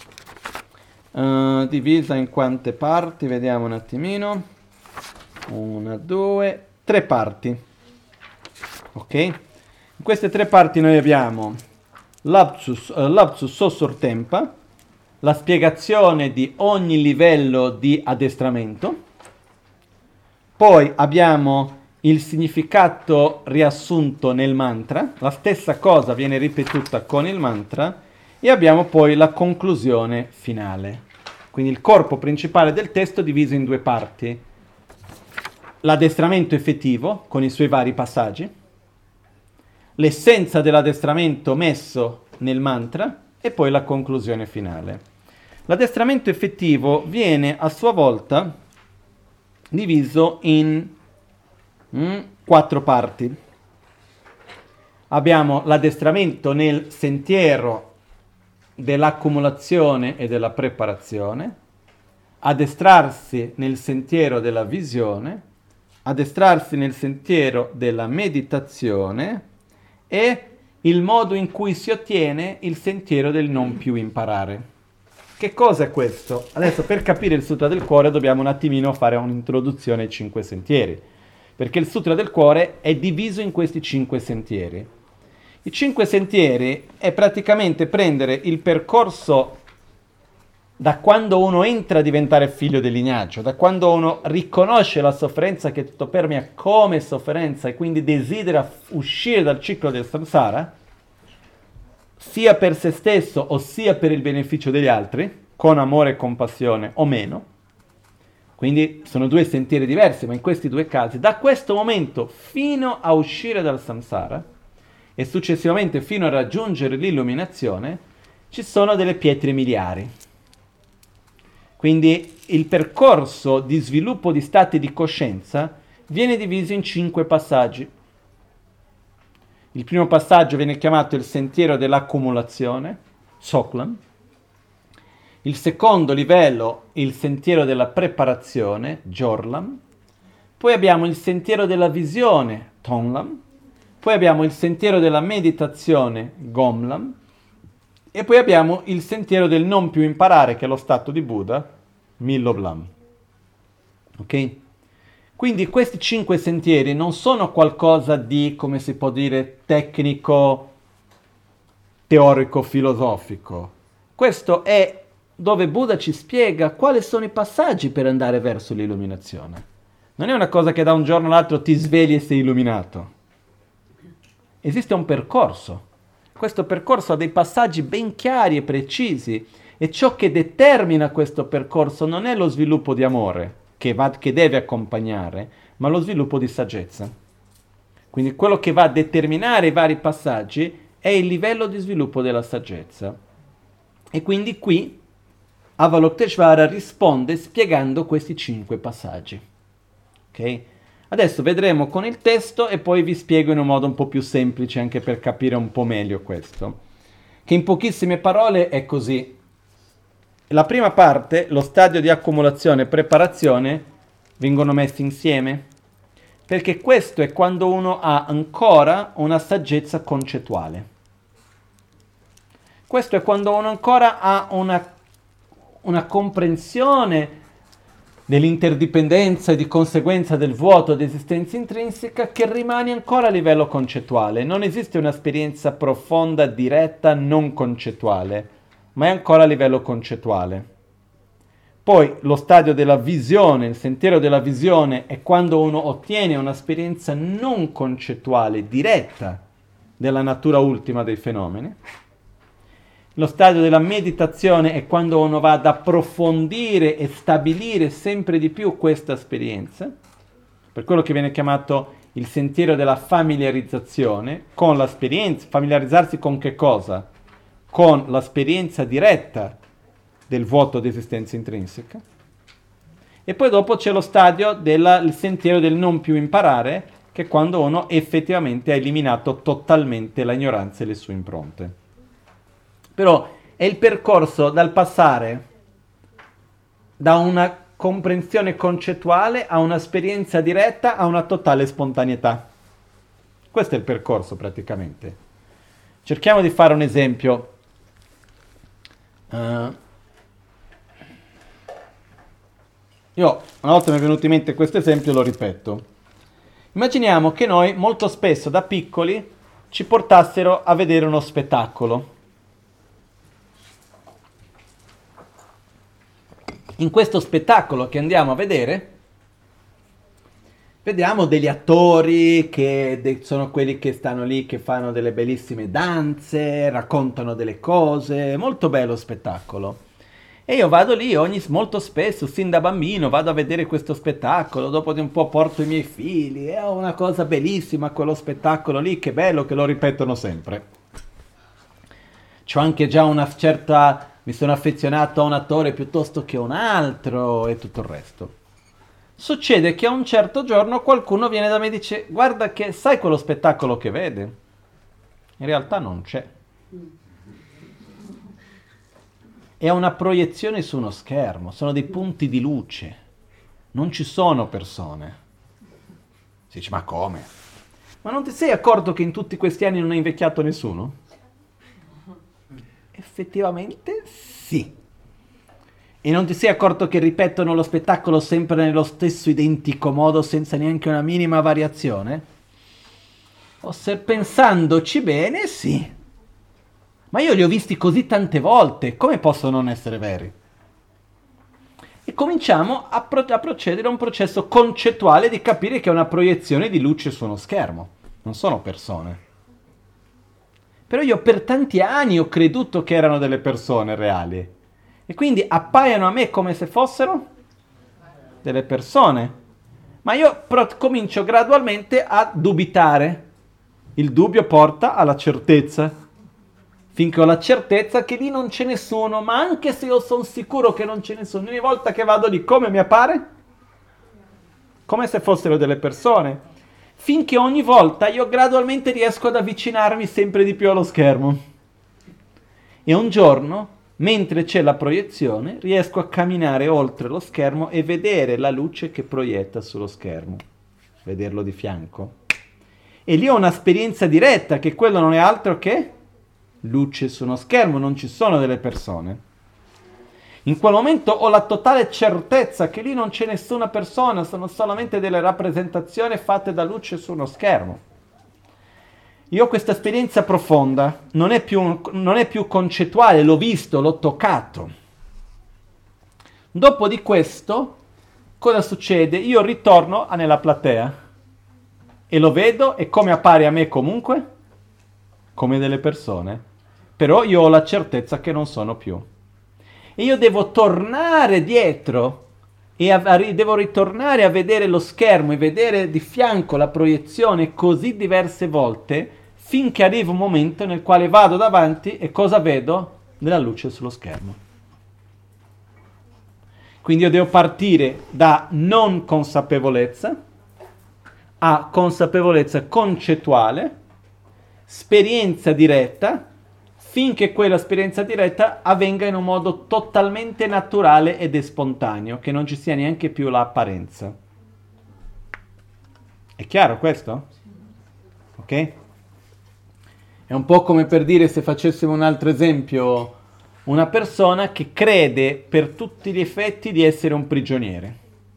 divisa in quante parti? Vediamo un attimino. 1, 2, 3 parti. Ok? In queste 3 parti noi abbiamo l'Apsus Sossor Tempa, la spiegazione di ogni livello di addestramento, poi abbiamo il significato riassunto nel mantra, la stessa cosa viene ripetuta con il mantra, e abbiamo poi la conclusione finale. Quindi il corpo principale del testo è diviso in 2 parti. L'addestramento effettivo, con i suoi vari passaggi, l'essenza dell'addestramento messo nel mantra e poi la conclusione finale. L'addestramento effettivo viene a sua volta diviso in 4 parti. Abbiamo l'addestramento nel sentiero dell'accumulazione e della preparazione, addestrarsi nel sentiero della visione, addestrarsi nel sentiero della meditazione e il modo in cui si ottiene il sentiero del non più imparare. Che cosa è questo? Adesso per capire il Sutra del Cuore dobbiamo un attimino fare un'introduzione ai 5 sentieri, perché il Sutra del Cuore è diviso in questi 5 sentieri. I 5 sentieri è praticamente prendere il percorso da quando uno entra a diventare figlio del lignaggio, da quando uno riconosce la sofferenza che tutto permea come sofferenza e quindi desidera uscire dal ciclo del samsara, sia per se stesso o sia per il beneficio degli altri, con amore e compassione o meno. Quindi sono 2 sentieri diversi, ma in questi 2 casi, da questo momento fino a uscire dal samsara e successivamente fino a raggiungere l'illuminazione, ci sono delle pietre miliari. Quindi il percorso di sviluppo di stati di coscienza viene diviso in 5 passaggi. Il primo passaggio viene chiamato il sentiero dell'accumulazione, Soklam. Il secondo livello, il sentiero della preparazione, Jorlam. Poi abbiamo il sentiero della visione, Tonlam. Poi abbiamo il sentiero della meditazione, Gomlam. E poi abbiamo il sentiero del non più imparare, che è lo stato di Buddha, Milloblam. Ok? Quindi questi 5 sentieri non sono qualcosa di, come si può dire, tecnico, teorico, filosofico. Questo è dove Buddha ci spiega quali sono i passaggi per andare verso l'illuminazione. Non è una cosa che da un giorno all'altro ti svegli e sei illuminato. Esiste un percorso. Questo percorso ha dei passaggi ben chiari e precisi e ciò che determina questo percorso non è lo sviluppo di amore che deve accompagnare, ma lo sviluppo di saggezza. Quindi quello che va a determinare i vari passaggi è il livello di sviluppo della saggezza. E quindi qui Avalokiteshvara risponde spiegando questi 5 passaggi. Ok? Adesso vedremo con il testo e poi vi spiego in un modo un po' più semplice anche per capire un po' meglio questo. Che in pochissime parole è così. La prima parte, lo stadio di accumulazione e preparazione, vengono messi insieme. Perché questo è quando uno ha ancora una saggezza concettuale. Questo è quando uno ancora ha una comprensione dell'interdipendenza e di conseguenza del vuoto di esistenza intrinseca che rimane ancora a livello concettuale. Non esiste un'esperienza profonda, diretta, non concettuale, ma è ancora a livello concettuale. Poi lo stadio della visione, il sentiero della visione, è quando uno ottiene un'esperienza non concettuale, diretta, della natura ultima dei fenomeni. Lo stadio della meditazione è quando uno va ad approfondire e stabilire sempre di più questa esperienza, per quello che viene chiamato il sentiero della familiarizzazione con l'esperienza. Familiarizzarsi con che cosa? Con l'esperienza diretta del vuoto di esistenza intrinseca. E poi dopo c'è lo stadio il sentiero del non più imparare, che è quando uno effettivamente ha eliminato totalmente l'ignoranza e le sue impronte. Però è il percorso dal passare da una comprensione concettuale a un'esperienza diretta a una totale spontaneità. Questo è il percorso praticamente. Cerchiamo di fare un esempio. Io una volta mi è venuto in mente questo esempio, lo ripeto. Immaginiamo che noi molto spesso da piccoli ci portassero a vedere uno spettacolo. In questo spettacolo che andiamo a vedere, vediamo degli attori che sono quelli che stanno lì, che fanno delle bellissime danze, raccontano delle cose, molto bello spettacolo. E io vado lì molto spesso, sin da bambino, vado a vedere questo spettacolo, dopo di un po' porto i miei figli, è una cosa bellissima quello spettacolo lì, che bello, che lo ripetono sempre. C'ho anche già una certa... Mi sono affezionato a un attore piuttosto che a un altro e tutto il resto. Succede che a un certo giorno qualcuno viene da me e dice: guarda che sai quello spettacolo che vede? In realtà non c'è. È una proiezione su uno schermo, sono dei punti di luce. Non ci sono persone. Si dice: ma come? Ma non ti sei accorto che in tutti questi anni non è invecchiato nessuno? Effettivamente sì. E non ti sei accorto che ripetono lo spettacolo sempre nello stesso identico modo, senza neanche una minima variazione? Pensandoci bene, sì. Ma io li ho visti così tante volte, come possono non essere veri? E cominciamo a procedere a un processo concettuale di capire che è una proiezione di luce su uno schermo, non sono persone. Però io per tanti anni ho creduto che erano delle persone reali. E quindi appaiono a me come se fossero delle persone. Ma io comincio gradualmente a dubitare. Il dubbio porta alla certezza. Finché ho la certezza che lì non c'è nessuno, ma anche se io sono sicuro che non c'è nessuno, ogni volta che vado lì, come mi appare? Come se fossero delle persone. Finché ogni volta io gradualmente riesco ad avvicinarmi sempre di più allo schermo. E un giorno, mentre c'è la proiezione, riesco a camminare oltre lo schermo e vedere la luce che proietta sullo schermo. Vederlo di fianco. E lì ho un'esperienza diretta, che quello non è altro che luce su uno schermo, non ci sono delle persone. In quel momento ho la totale certezza che lì non c'è nessuna persona, sono solamente delle rappresentazioni fatte da luce su uno schermo. Io ho questa esperienza profonda, non è più concettuale, l'ho visto, l'ho toccato. Dopo di questo, cosa succede? Io ritorno nella platea e lo vedo e come appare a me comunque? Come delle persone. Però io ho la certezza che non sono più. E io devo tornare dietro e devo ritornare a vedere lo schermo e vedere di fianco la proiezione così diverse volte finché arriva un momento nel quale vado davanti e cosa vedo? Della luce sullo schermo. Quindi io devo partire da non consapevolezza a consapevolezza concettuale, esperienza diretta, finché quella esperienza diretta avvenga in un modo totalmente naturale ed spontaneo, che non ci sia neanche più l'apparenza. È chiaro questo? Ok? È un po' come per dire, se facessimo un altro esempio, una persona che crede per tutti gli effetti di essere un prigioniere.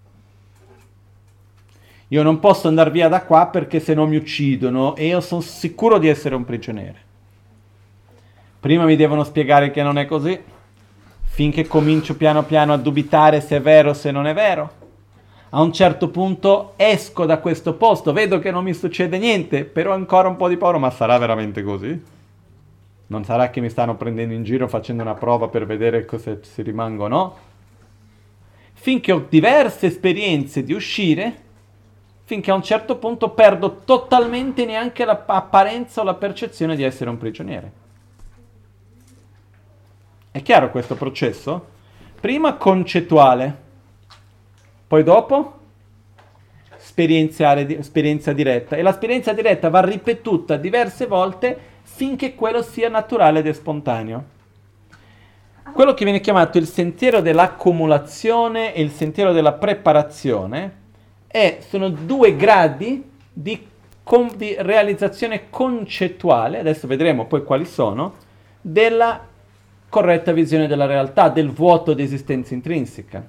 Io non posso andare via da qua perché se no mi uccidono e io sono sicuro di essere un prigioniere. Prima mi devono spiegare che non è così, finché comincio piano piano a dubitare se è vero o se non è vero. A un certo punto esco da questo posto, vedo che non mi succede niente, però ho ancora un po' di paura, ma sarà veramente così? Non sarà che mi stanno prendendo in giro facendo una prova per vedere se rimango o no? Finché ho diverse esperienze di uscire, finché a un certo punto perdo totalmente neanche l'apparenza o la percezione di essere un prigioniere. È chiaro questo processo? Prima concettuale, poi dopo esperienza diretta. E l'esperienza diretta va ripetuta diverse volte finché quello sia naturale ed spontaneo. Quello che viene chiamato il sentiero dell'accumulazione e il sentiero della preparazione sono due gradi di realizzazione concettuale, adesso vedremo poi quali sono, della corretta visione della realtà, del vuoto di esistenza intrinseca.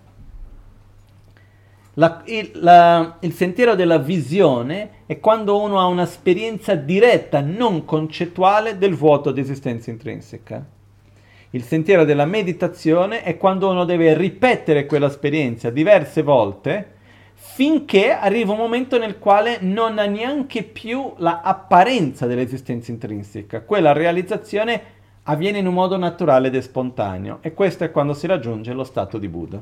Il sentiero della visione è quando uno ha un'esperienza diretta, non concettuale, del vuoto di esistenza intrinseca. Il sentiero della meditazione è quando uno deve ripetere quell'esperienza diverse volte finché arriva un momento nel quale non ha neanche più l'apparenza dell'esistenza intrinseca. Quella realizzazione avviene in un modo naturale ed spontaneo e questo è quando si raggiunge lo stato di Buddha.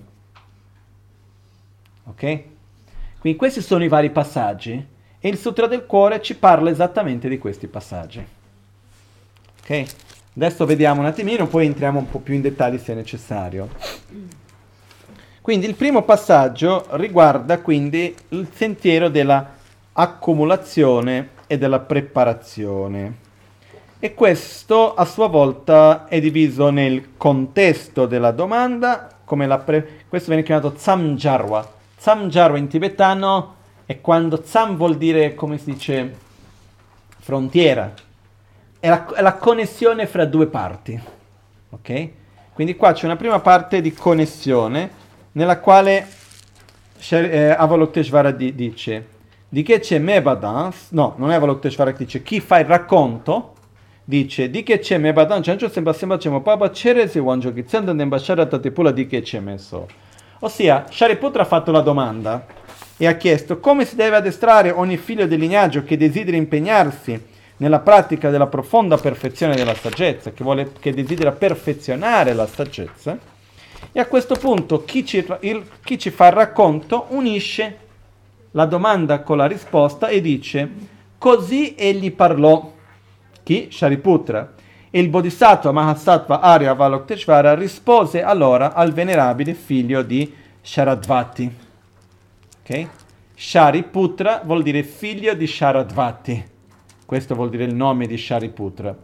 Ok? Quindi questi sono i vari passaggi e il Sutra del Cuore ci parla esattamente di questi passaggi. Ok? Adesso vediamo un attimino, poi entriamo un po' più in dettagli se necessario. Quindi il primo passaggio riguarda quindi il sentiero della accumulazione e della preparazione. E questo a sua volta è diviso nel contesto della domanda, come questo viene chiamato Tsamjarwa. Tsamjarwa in tibetano è quando Tsam vuol dire, come si dice, frontiera. È la connessione fra due parti. Ok? Quindi qua c'è una prima parte di connessione nella quale Avalokiteshvara dice di che c'è Mebadans, no, non è Avalokiteshvara che dice chi fa il racconto, dice di che c'è Mebadans, Jancho sembra c'è Papa Ceresi Wanjo Kitzenda Nembashara Tatipula di che c'è messo. Ossia, Shariputra ha fatto la domanda e ha chiesto come si deve addestrare ogni figlio del lignaggio che desidera impegnarsi nella pratica della profonda perfezione della saggezza, che desidera perfezionare la saggezza. E a questo punto chi ci fa il racconto unisce la domanda con la risposta e dice così egli parlò, chi? Shariputra. E il Bodhisattva Mahasattva Arya Avalokiteshvara rispose allora al venerabile figlio di Sharadvati. Ok? Shariputra vuol dire figlio di Sharadvati. Questo vuol dire il nome di Shariputra.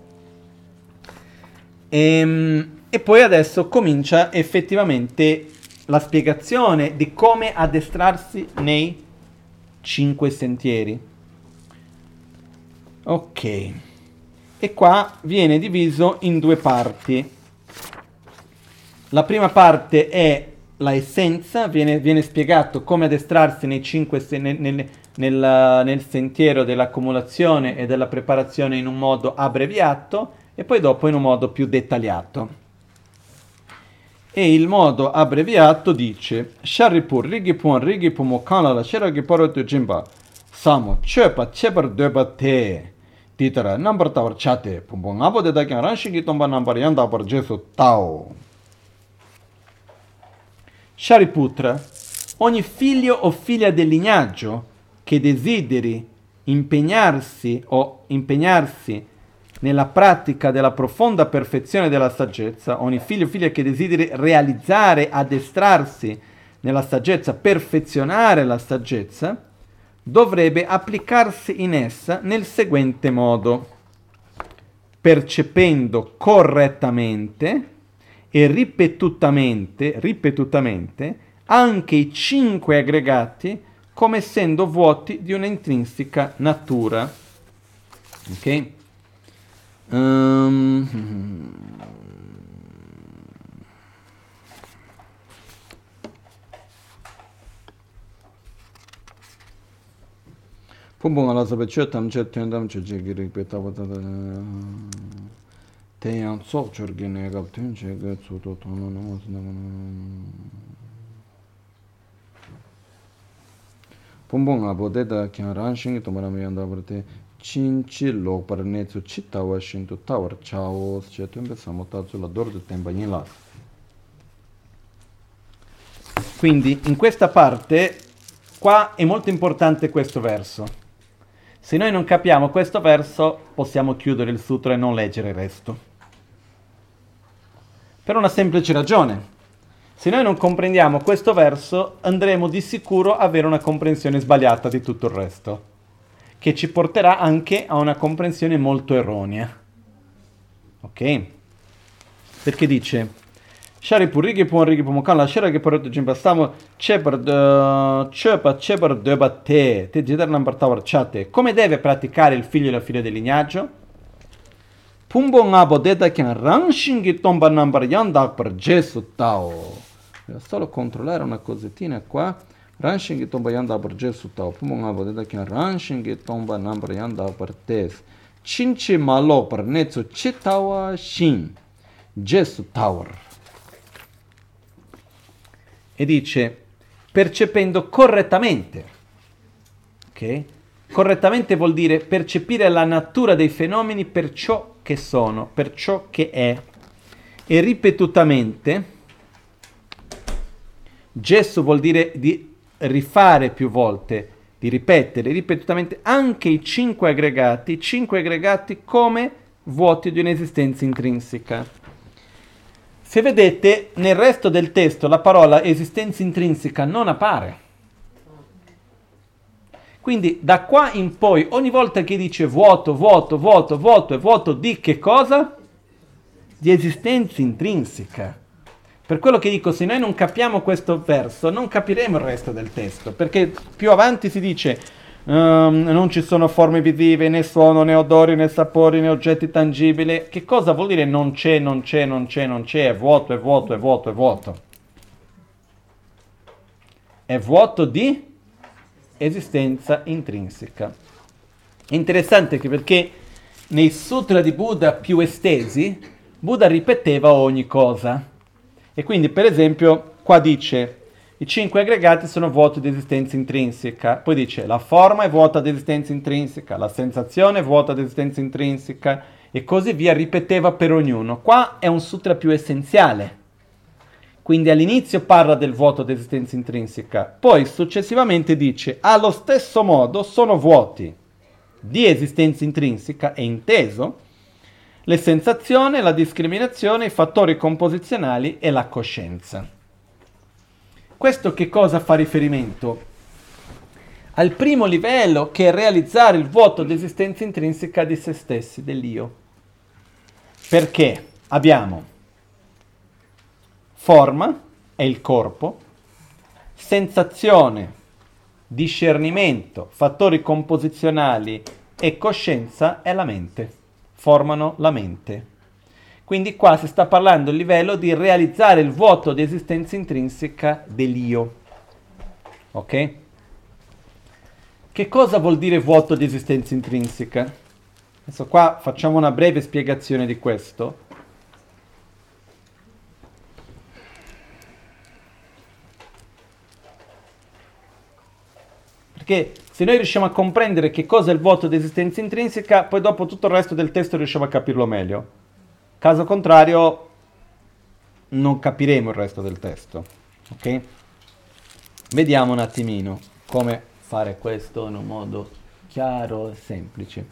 E poi adesso comincia effettivamente la spiegazione di come addestrarsi nei 5 sentieri. Ok. E qua viene diviso in due parti. La prima parte è la essenza, viene spiegato come addestrarsi nei 5 nel sentiero dell'accumulazione e della preparazione in un modo abbreviato e poi dopo in un modo più dettagliato. E il modo abbreviato dice Sharipur Rigipun Rigipum Okanala Sheragiparotu Jimba Samo Chepa Chepar Deba Te Titara Number Tower Chate Pumbong Abo de Dakin Ranshigi Tomba Number Yanda Par Jesu Tao. Shariputra, ogni figlio o figlia del lignaggio che desideri impegnarsi nella pratica della profonda perfezione della saggezza, ogni figlio o figlia che desideri realizzare, addestrarsi nella saggezza, perfezionare la saggezza, dovrebbe applicarsi in essa nel seguente modo: percependo correttamente e ripetutamente anche i 5 aggregati come essendo vuoti di una intrinseca natura. Ok? Pumbung ala sabe che tam che tendam che jigiri peta Tenyang tsok chorgi negab tun che ge tsuto tono namo Pumbung abo deda kyan ran shingi tomaram yanda brate Cinci lok par netsu cittawa shinto tawar chaos che tumbe samotatsu la dordo temba nila. Quindi in questa parte qua è molto importante questo verso. Se noi non capiamo questo verso possiamo chiudere il sutra e non leggere il resto. Per una semplice ragione: se noi non comprendiamo questo verso andremo di sicuro a avere una comprensione sbagliata di tutto il resto, che ci porterà anche a una comprensione molto erronea. Ok? Perché dice Shari purrigi punrigi pumukan la shara che porto gimbastamo chepa debate te jidar number tower chate. Come deve praticare il figlio e la figlia del lignaggio? Pumbo ngabo deda kyan ranshingi tomba number yandak per Gesù tao. Devo solo controllare una cosettina qua. Ranshingi tomba yandak per Gesù tao. Pumbo ngabo deda kyan ranshingi tomba number yandak per tes. Cinci malo per netsu chitawa shin. Gesù tower. E dice percependo correttamente. Ok? Correttamente vuol dire percepire la natura dei fenomeni per ciò che sono, per ciò che è. E ripetutamente, gesso vuol dire di rifare più volte, di ripetere ripetutamente anche i 5 aggregati come vuoti di un'esistenza intrinseca. Se vedete, nel resto del testo la parola esistenza intrinseca non appare. Quindi da qua in poi, ogni volta che dice vuoto, vuoto, vuoto, vuoto, è vuoto di che cosa? Di esistenza intrinseca. Per quello che dico, se noi non capiamo questo verso, non capiremo il resto del testo, perché più avanti si dice non ci sono forme visive, né suono, né odori, né sapori, né oggetti tangibili. Che cosa vuol dire non c'è, non c'è, non c'è, non c'è, è vuoto, è vuoto, è vuoto, è vuoto? È vuoto di esistenza intrinseca. È interessante che perché nei sutra di Buddha più estesi, Buddha ripeteva ogni cosa. E quindi, per esempio, qua dice i 5 aggregati sono vuoti di esistenza intrinseca. Poi dice la forma è vuota di esistenza intrinseca, la sensazione è vuota di esistenza intrinseca e così via, ripeteva per ognuno. Qua è un sutra più essenziale. Quindi all'inizio parla del vuoto di esistenza intrinseca, poi successivamente dice allo stesso modo sono vuoti di esistenza intrinseca, è inteso le sensazioni, la discriminazione, i fattori composizionali e la coscienza. Questo che cosa fa riferimento? Al primo livello, che è realizzare il vuoto di esistenza intrinseca di se stessi, dell'io. Perché abbiamo forma, è il corpo, sensazione, discernimento, fattori composizionali e coscienza è la mente, formano la mente. Quindi qua si sta parlando a livello di realizzare il vuoto di esistenza intrinseca dell'io. Ok? Che cosa vuol dire vuoto di esistenza intrinseca? Adesso qua facciamo una breve spiegazione di questo. Perché se noi riusciamo a comprendere che cosa è il vuoto di esistenza intrinseca, poi dopo tutto il resto del testo riusciamo a capirlo meglio. Caso contrario, non capiremo il resto del testo. Ok? Vediamo un attimino come fare questo in un modo chiaro e semplice.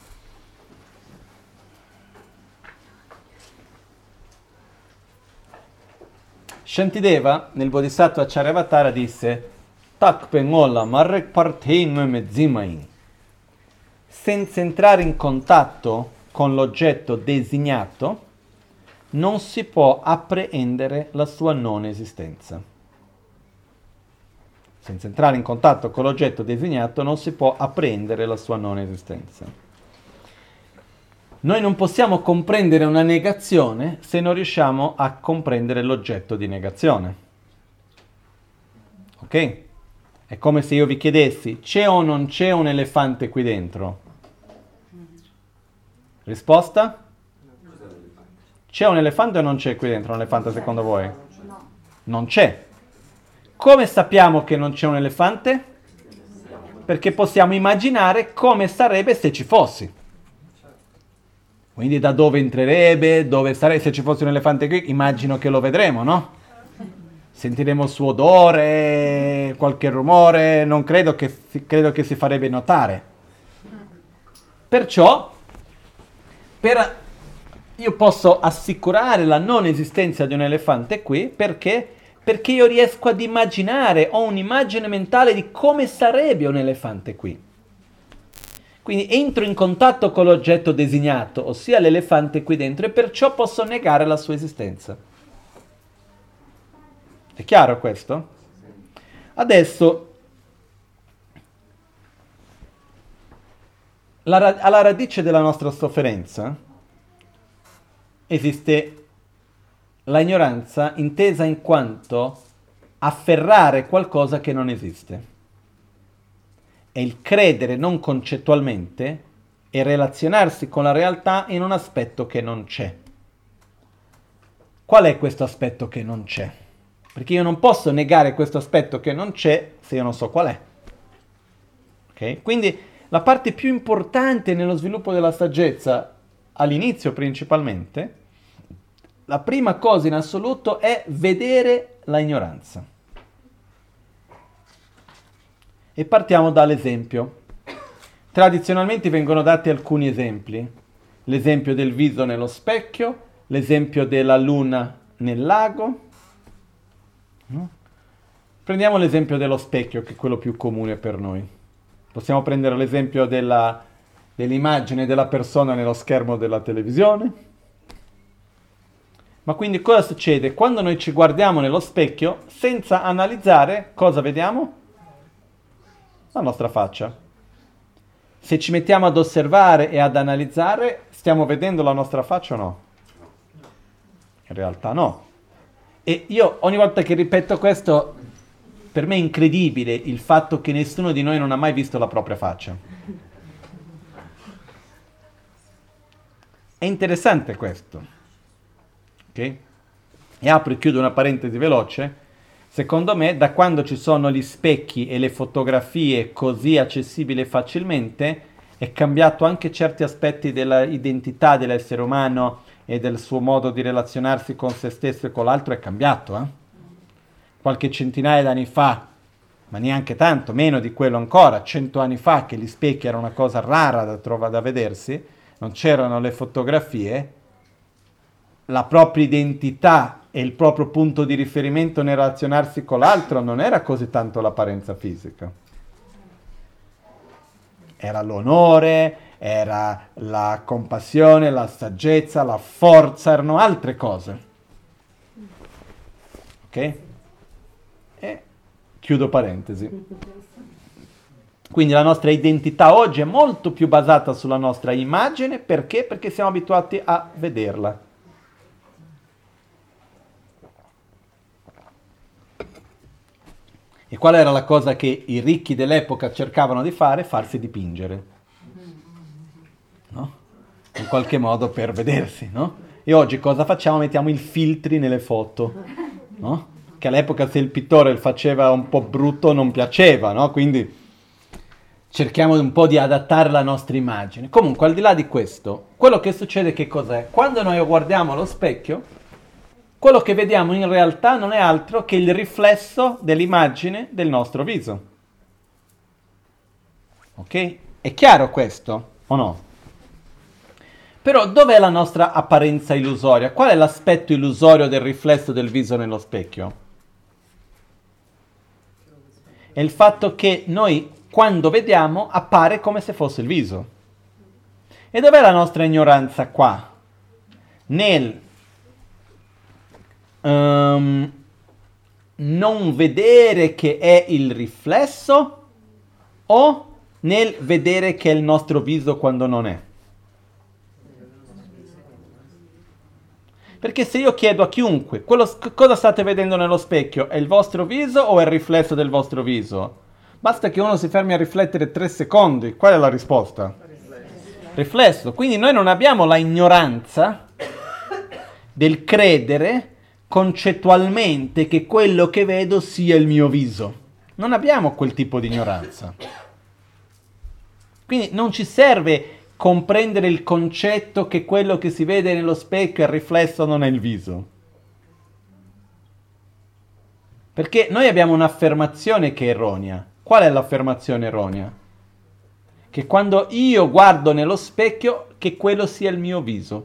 Shantideva nel Bodhisattva Charyavatara disse Takpen ola marrek partein mezimain. Senza entrare in contatto con l'oggetto designato non si può appreendere la sua non esistenza. Senza entrare in contatto con l'oggetto designato non si può appreendere la sua non esistenza. Noi non possiamo comprendere una negazione se non riusciamo a comprendere l'oggetto di negazione. Ok? È come se io vi chiedessi, c'è o non c'è un elefante qui dentro? Risposta? C'è un elefante o non c'è qui dentro un elefante secondo voi? Non c'è. Come sappiamo che non c'è un elefante? Perché possiamo immaginare come sarebbe se ci fossi. Quindi da dove entrerebbe, dove sarebbe, se ci fosse un elefante qui, immagino che lo vedremo, no? Sentiremo il suo odore, qualche rumore, non credo che si farebbe notare. Perciò, io posso assicurare la non esistenza di un elefante qui, perché io riesco ad immaginare, ho un'immagine mentale di come sarebbe un elefante qui. Quindi entro in contatto con l'oggetto designato, ossia l'elefante qui dentro, e perciò posso negare la sua esistenza. È chiaro questo? Adesso, alla radice della nostra sofferenza esiste la ignoranza intesa in quanto afferrare qualcosa che non esiste. È il credere non concettualmente e relazionarsi con la realtà in un aspetto che non c'è. Qual è questo aspetto che non c'è? Perché io non posso negare questo aspetto che non c'è se io non so qual è. Okay? Quindi la parte più importante nello sviluppo della saggezza, all'inizio principalmente, la prima cosa in assoluto è vedere la ignoranza. E partiamo dall'esempio. Tradizionalmente vengono dati alcuni esempi. L'esempio del viso nello specchio, l'esempio della luna nel lago. No? Prendiamo l'esempio dello specchio, che è quello più comune per noi. Possiamo prendere l'esempio dell'immagine della persona nello schermo della televisione. Ma quindi cosa succede? Quando noi ci guardiamo nello specchio, senza analizzare, cosa vediamo? La nostra faccia. Se ci mettiamo ad osservare e ad analizzare, stiamo vedendo la nostra faccia o no? In realtà no. E io ogni volta che ripeto questo, per me è incredibile il fatto che nessuno di noi non ha mai visto la propria faccia. È interessante questo. Ok? E apro e chiudo una parentesi veloce. Secondo me, da quando ci sono gli specchi e le fotografie così accessibili facilmente, è cambiato anche certi aspetti dell'identità dell'essere umano e del suo modo di relazionarsi con se stesso e con l'altro, è cambiato. Qualche centinaia d'anni fa, ma neanche tanto, meno di quello ancora, 100 anni fa, che gli specchi erano una cosa rara da vedersi, non c'erano le fotografie, la propria identità e il proprio punto di riferimento nel relazionarsi con l'altro non era così tanto l'apparenza fisica. Era l'onore, era la compassione, la saggezza, la forza, erano altre cose. Ok? E chiudo parentesi. Quindi la nostra identità oggi è molto più basata sulla nostra immagine, perché? Perché siamo abituati a vederla. E qual era la cosa che i ricchi dell'epoca cercavano di fare? Farsi dipingere, no? In qualche modo per vedersi, no? E oggi cosa facciamo? Mettiamo i filtri nelle foto, no? Che all'epoca se il pittore il faceva un po' brutto non piaceva, no? Quindi cerchiamo un po' di adattare la nostra immagine. Comunque, al di là di questo, quello che succede che cos'è? Quando noi guardiamo allo specchio, quello che vediamo in realtà non è altro che il riflesso dell'immagine del nostro viso. Ok? È È chiaro questo, o no? Però dov'è la nostra apparenza illusoria? Qual è l'aspetto illusorio del riflesso del viso nello specchio? È il fatto che noi, quando vediamo, appare come se fosse il viso. E dov'è la nostra ignoranza qua? Nel non vedere che è il riflesso o nel vedere che è il nostro viso quando non è? Perché se io chiedo a chiunque cosa state vedendo nello specchio, è il vostro viso o è il riflesso del vostro viso? Basta che uno si fermi a riflettere 3 secondi. Qual è la risposta? Riflesso. Quindi noi non abbiamo la ignoranza del credere concettualmente che quello che vedo sia il mio viso. Non abbiamo quel tipo di ignoranza. Quindi non ci serve comprendere il concetto che quello che si vede nello specchio è il riflesso, non è il viso. Perché noi abbiamo un'affermazione che è erronea. Qual è l'affermazione erronea? Che quando io guardo nello specchio, che quello sia il mio viso.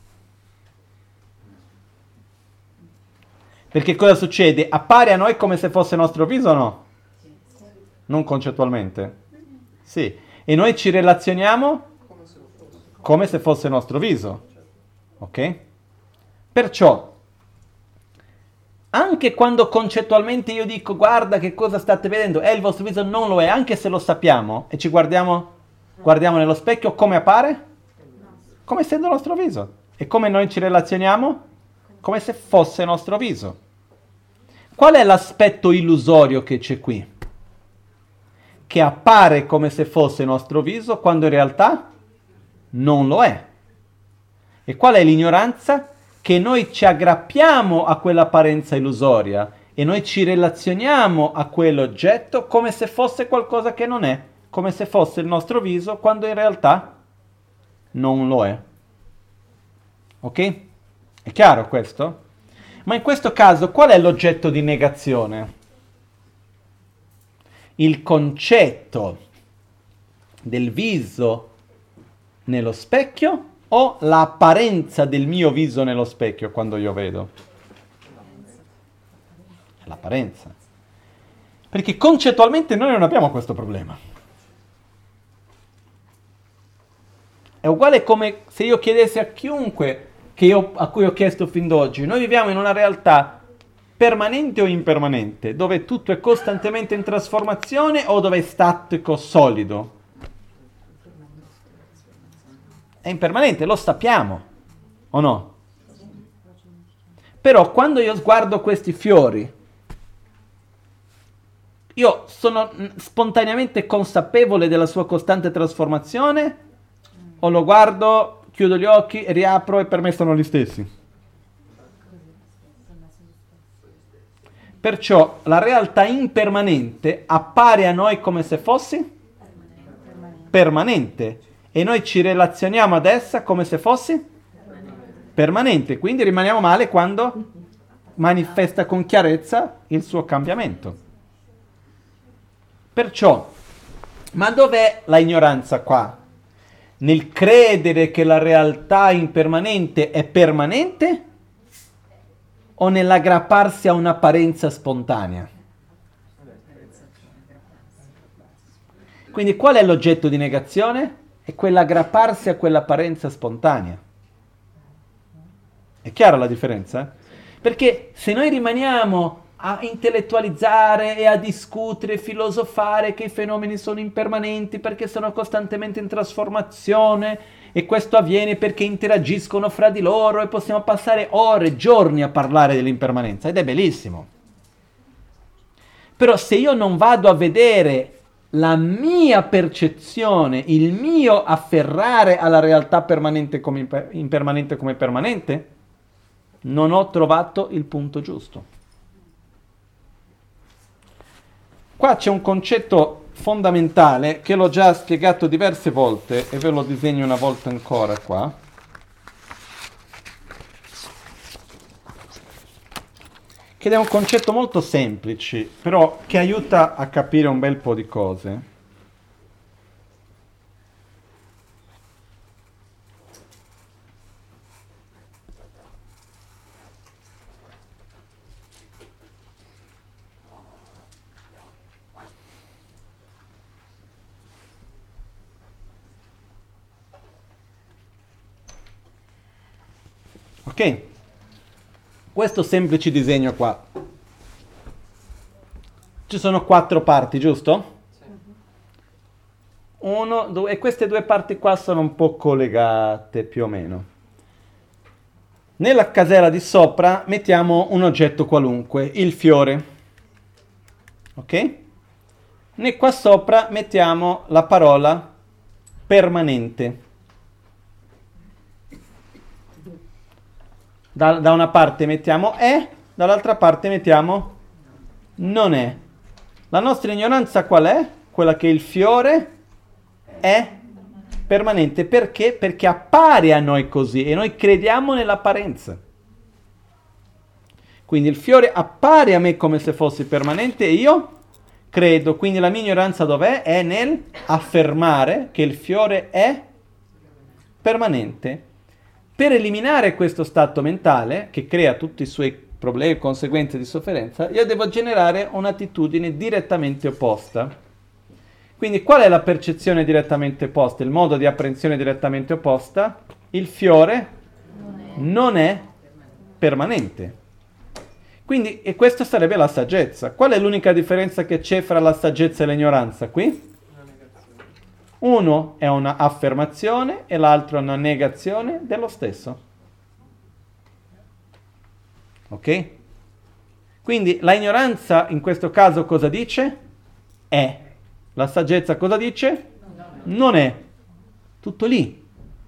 Perché cosa succede? Appare a noi come se fosse il nostro viso o no? Non concettualmente? Sì. E noi ci relazioniamo come se fosse il nostro viso. Ok? Perciò, anche quando concettualmente io dico guarda che cosa state vedendo, è il vostro viso, non lo è, anche se lo sappiamo e ci guardiamo nello specchio, come appare? Come essendo il nostro viso. E come noi ci relazioniamo? Come se fosse il nostro viso. Qual è l'aspetto illusorio che c'è qui? Che appare come se fosse il nostro viso quando in realtà non lo è. E qual è l'ignoranza? Che noi ci aggrappiamo a quell'apparenza illusoria e noi ci relazioniamo a quell'oggetto come se fosse qualcosa che non è, come se fosse il nostro viso quando in realtà non lo è. Ok? È chiaro questo? Ma in questo caso qual è l'oggetto di negazione? Il concetto del viso nello specchio o l'apparenza del mio viso nello specchio quando io vedo? L'apparenza. Perché concettualmente noi non abbiamo questo problema. È uguale come se io chiedessi a chiunque a cui ho chiesto fin d'oggi, noi viviamo in una realtà permanente o impermanente, dove tutto è costantemente in trasformazione o dove è statico, solido? È impermanente, lo sappiamo, o no? Però quando io sguardo questi fiori, io sono spontaneamente consapevole della sua costante trasformazione o lo guardo, chiudo gli occhi, riapro e per me sono gli stessi? Perciò la realtà impermanente appare a noi come se fosse permanente e noi ci relazioniamo ad essa come se fosse permanente. Quindi rimaniamo male quando manifesta con chiarezza il suo cambiamento. Perciò, ma dov'è la ignoranza qua? Nel credere che la realtà impermanente è permanente o nell'aggrapparsi a un'apparenza spontanea? Quindi qual è l'oggetto di negazione? È quell'aggrapparsi a quell'apparenza spontanea. È chiara la differenza? Perché se noi rimaniamo a intellettualizzare e a discutere, filosofare che i fenomeni sono impermanenti perché sono costantemente in trasformazione e questo avviene perché interagiscono fra di loro e possiamo passare ore, giorni a parlare dell'impermanenza ed è bellissimo. Però se io non vado a vedere la mia percezione, il mio afferrare alla realtà permanente come impermanente come permanente, non ho trovato il punto giusto. Qua c'è un concetto fondamentale che l'ho già spiegato diverse volte e ve lo disegno una volta ancora qua. Che è un concetto molto semplice, però che aiuta a capire un bel po' di cose. Ok? Questo semplice disegno qua. Ci sono 4 parti, giusto? Uno, due, e queste 2 parti qua sono un po' collegate più o meno. Nella casella di sopra mettiamo un oggetto qualunque, il fiore. Ok? Né qua sopra mettiamo la parola permanente. Da una parte mettiamo è, dall'altra parte mettiamo non è. La nostra ignoranza qual è? Quella che il fiore è permanente. Perché? Perché appare a noi così e noi crediamo nell'apparenza. Quindi il fiore appare a me come se fosse permanente e io credo. Quindi la mia ignoranza dov'è? È nel affermare che il fiore è permanente. Per eliminare questo stato mentale, che crea tutti i suoi problemi e conseguenze di sofferenza, io devo generare un'attitudine direttamente opposta. Quindi qual è la percezione direttamente opposta, il modo di apprensione direttamente opposta? Il fiore non è permanente. Quindi, e questa sarebbe la saggezza. Qual è l'unica differenza che c'è fra la saggezza e l'ignoranza qui? Uno è una affermazione e l'altro è una negazione dello stesso. Ok? Quindi la ignoranza in questo caso cosa dice? È. La saggezza cosa dice? Non è. Tutto lì.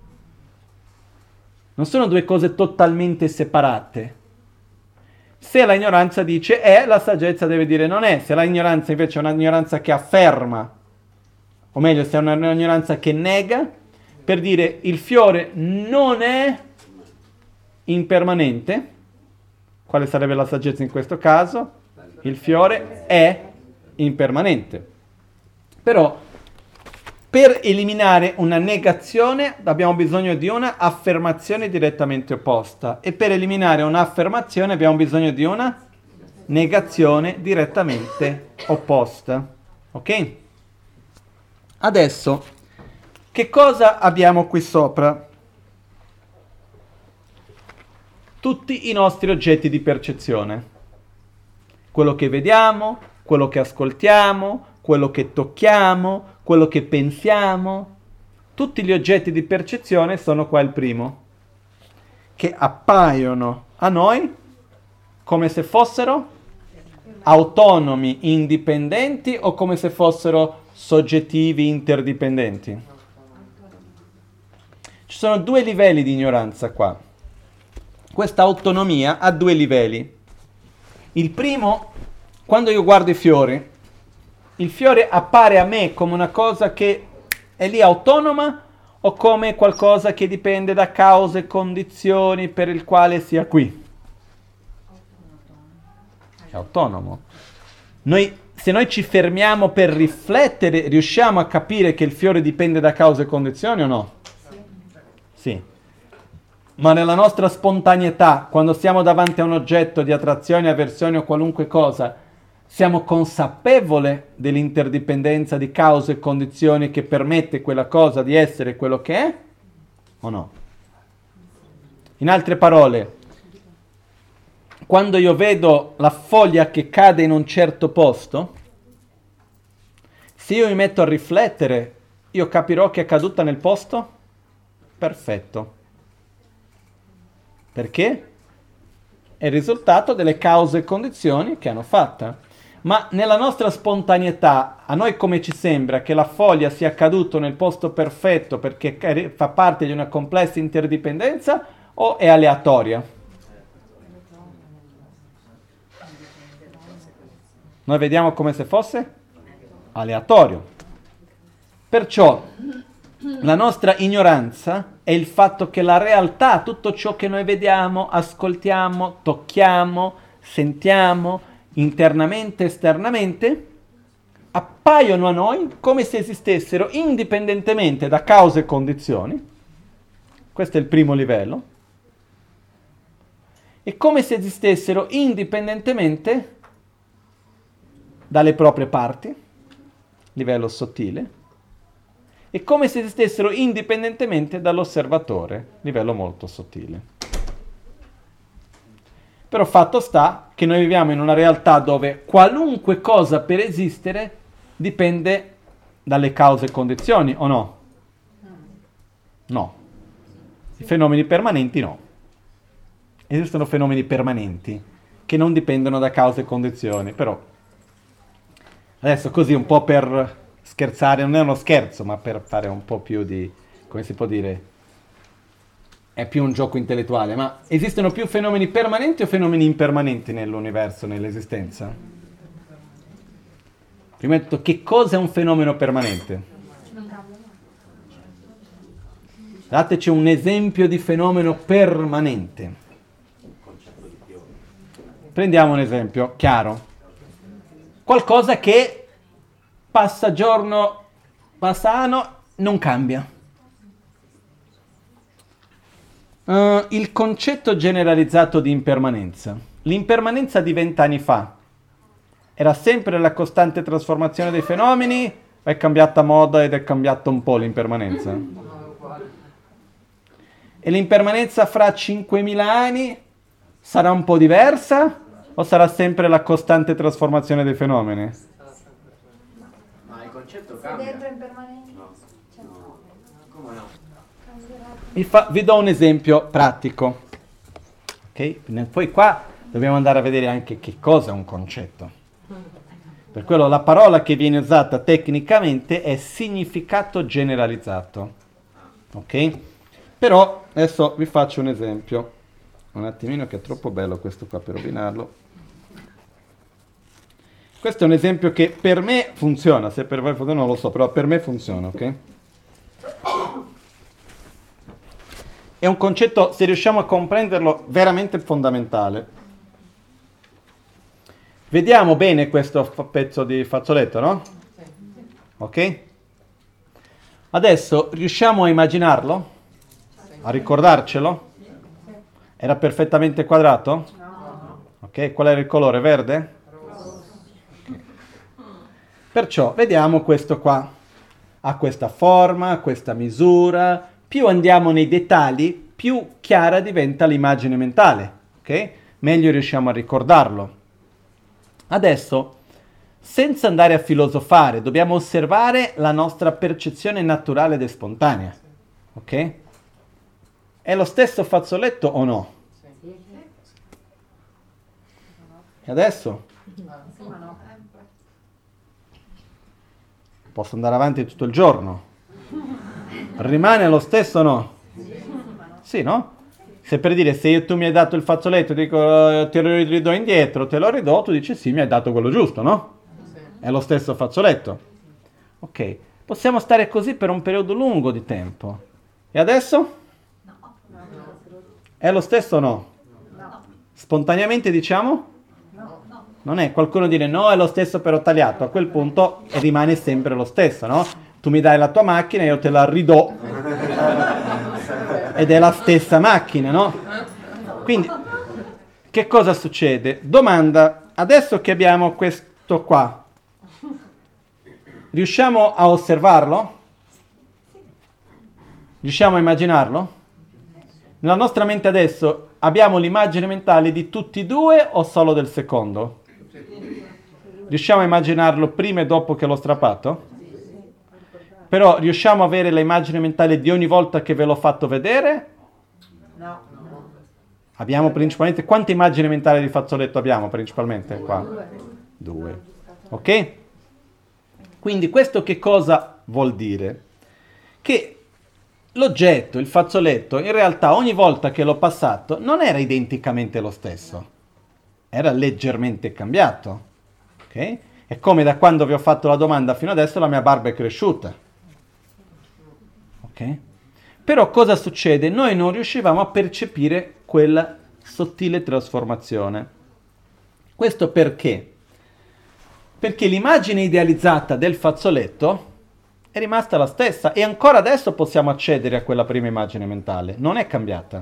Non sono 2 cose totalmente separate. Se la ignoranza dice è, la saggezza deve dire non è. Se la ignoranza invece è un'ignoranza che afferma, o meglio, se è un'ignoranza che nega, per dire il fiore non è impermanente, quale sarebbe la saggezza in questo caso? Il fiore è impermanente. Però per eliminare una negazione abbiamo bisogno di una affermazione direttamente opposta e per eliminare un'affermazione abbiamo bisogno di una negazione direttamente opposta. Ok? Adesso, che cosa abbiamo qui sopra? Tutti i nostri oggetti di percezione. Quello che vediamo, quello che ascoltiamo, quello che tocchiamo, quello che pensiamo. Tutti gli oggetti di percezione sono qua il primo, che appaiono a noi come se fossero autonomi, indipendenti o come se fossero soggettivi, interdipendenti. Ci sono 2 livelli di ignoranza qua. Questa autonomia ha 2 livelli. Il primo, quando io guardo i fiori, il fiore appare a me come una cosa che è lì autonoma o come qualcosa che dipende da cause e condizioni per il quale sia qui? È autonomo. Se noi ci fermiamo per riflettere, riusciamo a capire che il fiore dipende da cause e condizioni o no? Sì. Ma nella nostra spontaneità, quando siamo davanti a un oggetto di attrazione, avversione o qualunque cosa, siamo consapevoli dell'interdipendenza di cause e condizioni che permette quella cosa di essere quello che è? O no? In altre parole, quando io vedo la foglia che cade in un certo posto, se io mi metto a riflettere, io capirò che è caduta nel posto perfetto. Perché? È il risultato delle cause e condizioni che hanno fatta. Ma nella nostra spontaneità, a noi come ci sembra che la foglia sia caduta nel posto perfetto perché fa parte di una complessa interdipendenza o è aleatoria? Noi vediamo come se fosse aleatorio. Perciò la nostra ignoranza è il fatto che la realtà, tutto ciò che noi vediamo, ascoltiamo, tocchiamo, sentiamo, internamente, esternamente, appaiono a noi come se esistessero indipendentemente da cause e condizioni. Questo è il primo livello. E come se esistessero indipendentemente dalle proprie parti, livello sottile, e come se esistessero indipendentemente dall'osservatore, livello molto sottile. Però fatto sta che noi viviamo in una realtà dove qualunque cosa per esistere dipende dalle cause e condizioni, o no? No. I fenomeni permanenti no. Esistono fenomeni permanenti che non dipendono da cause e condizioni, però adesso così un po' per scherzare, non è uno scherzo, ma per fare un po' più di, come si può dire, è più un gioco intellettuale, ma esistono più fenomeni permanenti o fenomeni impermanenti nell'universo, nell'esistenza? Prima di tutto, che cosa è un fenomeno permanente? Dateci un esempio di fenomeno permanente. Prendiamo un esempio chiaro. Qualcosa che passa giorno, passa anno, non cambia. Il concetto generalizzato di impermanenza. L'impermanenza di 20 anni fa era sempre la costante trasformazione dei fenomeni, o è cambiata moda ed è cambiata un po' l'impermanenza? E l'impermanenza fra 5.000 anni sarà un po' diversa o sarà sempre la costante trasformazione dei fenomeni? Ma il concetto cambia. Dentro impermanente? No. Come no? Vi do un esempio pratico. Ok? Poi qua dobbiamo andare a vedere anche che cosa è un concetto. Per quello la parola che viene usata tecnicamente è significato generalizzato. Ok? Però adesso vi faccio un esempio. Un attimino che è troppo bello questo qua per rovinarlo. Questo è un esempio che per me funziona, se per voi funziona non lo so, però per me funziona, ok? È un concetto, se riusciamo a comprenderlo, veramente fondamentale. Vediamo bene questo pezzo di fazzoletto, no? Ok? Adesso riusciamo a immaginarlo? A ricordarcelo? Era perfettamente quadrato? Ok, qual era il colore? Verde? Okay. Perciò vediamo questo qua. Ha questa forma, questa misura. Più andiamo nei dettagli, più chiara diventa l'immagine mentale. Ok? Meglio riusciamo a ricordarlo. Adesso, senza andare a filosofare, dobbiamo osservare la nostra percezione naturale ed spontanea. Ok? È lo stesso fazzoletto o no? E adesso? Posso andare avanti tutto il giorno? Rimane lo stesso o no? Sì, no? Se per dire, se tu mi hai dato il fazzoletto e dico te lo ridò indietro, te lo ridò, tu dici sì, mi hai dato quello giusto, no? È lo stesso fazzoletto. Ok, possiamo stare così per un periodo lungo di tempo. E adesso? È lo stesso o no? Spontaneamente diciamo? Non è, qualcuno dire no, è lo stesso però tagliato, a quel punto rimane sempre lo stesso, no? Tu mi dai la tua macchina e io te la ridò ed è la stessa macchina, no? Quindi, che cosa succede? Domanda, adesso che abbiamo questo qua, riusciamo a osservarlo? Riusciamo a immaginarlo? Nella nostra mente adesso abbiamo l'immagine mentale di tutti e due o solo del secondo? Riusciamo a immaginarlo prima e dopo che l'ho strappato? Però riusciamo a avere l'immagine mentale di ogni volta che ve l'ho fatto vedere? No. Abbiamo principalmente... Quante immagini mentali di fazzoletto abbiamo principalmente qua? Due. Ok? Quindi questo che cosa vuol dire? Che l'oggetto, il fazzoletto, in realtà ogni volta che l'ho passato non era identicamente lo stesso. Era leggermente cambiato. Ok? È come da quando vi ho fatto la domanda fino adesso la mia barba è cresciuta. Ok? Però cosa succede? Noi non riuscivamo a percepire quella sottile trasformazione. Questo perché? Perché l'immagine idealizzata del fazzoletto è rimasta la stessa e ancora adesso possiamo accedere a quella prima immagine mentale. Non è cambiata.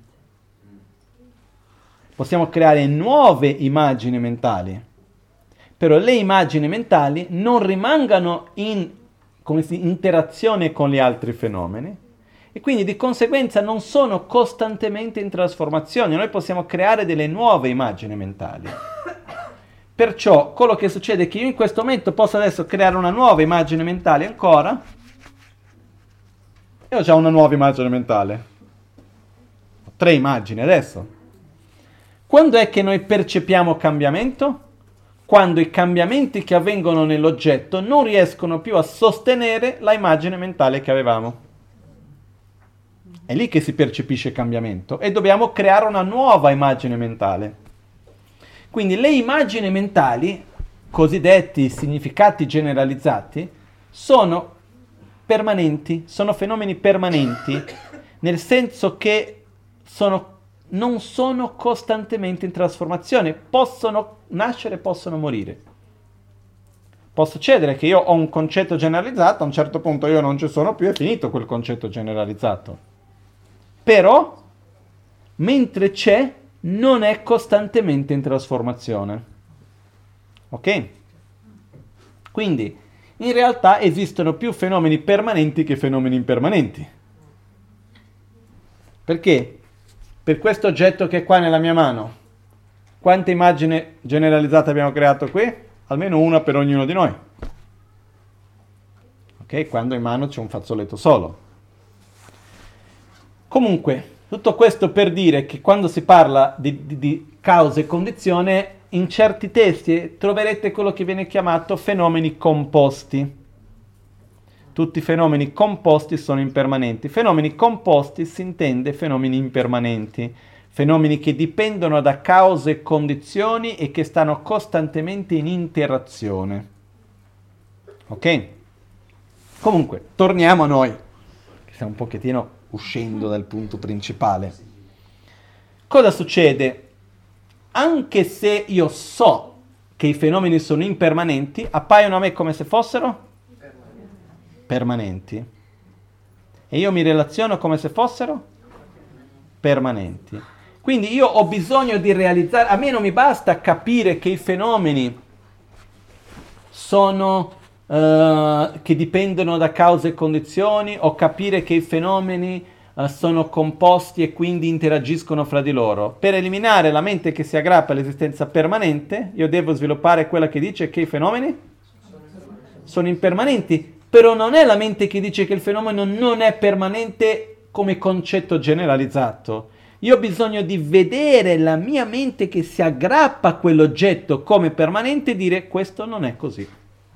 Possiamo creare nuove immagini mentali, però le immagini mentali non rimangano in interazione con gli altri fenomeni e quindi di conseguenza non sono costantemente in trasformazione. Noi possiamo creare delle nuove immagini mentali. Perciò quello che succede è che io in questo momento posso adesso creare una nuova immagine mentale ancora, e ho già una nuova immagine mentale. Ho 3 immagini adesso. Quando è che noi percepiamo cambiamento? Quando i cambiamenti che avvengono nell'oggetto non riescono più a sostenere la immagine mentale che avevamo. È lì che si percepisce cambiamento e dobbiamo creare una nuova immagine mentale. Quindi le immagini mentali, cosiddetti significati generalizzati, sono permanenti, sono fenomeni permanenti, nel senso che non sono costantemente in trasformazione, possono nascere, possono morire. Può succedere che io ho un concetto generalizzato, a un certo punto io non ci sono più, è finito quel concetto generalizzato. Però, mentre c'è, non è costantemente in trasformazione. Ok? Quindi, in realtà esistono più fenomeni permanenti che fenomeni impermanenti. Perché? Per questo oggetto che è qua nella mia mano, quante immagini generalizzate abbiamo creato qui? Almeno una per ognuno di noi. Ok? Quando in mano c'è un fazzoletto solo. Comunque, tutto questo per dire che quando si parla di causa e condizione, in certi testi troverete quello che viene chiamato fenomeni composti. Tutti i fenomeni composti sono impermanenti. Fenomeni composti si intende fenomeni impermanenti, fenomeni che dipendono da cause e condizioni e che stanno costantemente in interazione. Ok? Comunque, torniamo a noi, che stiamo un pochettino uscendo dal punto principale. Cosa succede? Anche se io so che i fenomeni sono impermanenti, appaiono a me come se fossero permanenti. E io mi relaziono come se fossero permanenti. Quindi io ho bisogno di realizzare, a me non mi basta capire che i fenomeni sono che dipendono da cause e condizioni, o capire che i fenomeni sono composti e quindi interagiscono fra di loro. Per eliminare la mente che si aggrappa all'esistenza permanente, io devo sviluppare quella che dice che i fenomeni sono impermanenti, però non è la mente che dice che il fenomeno non è permanente come concetto generalizzato. Io ho bisogno di vedere la mia mente che si aggrappa a quell'oggetto come permanente e dire questo non è così.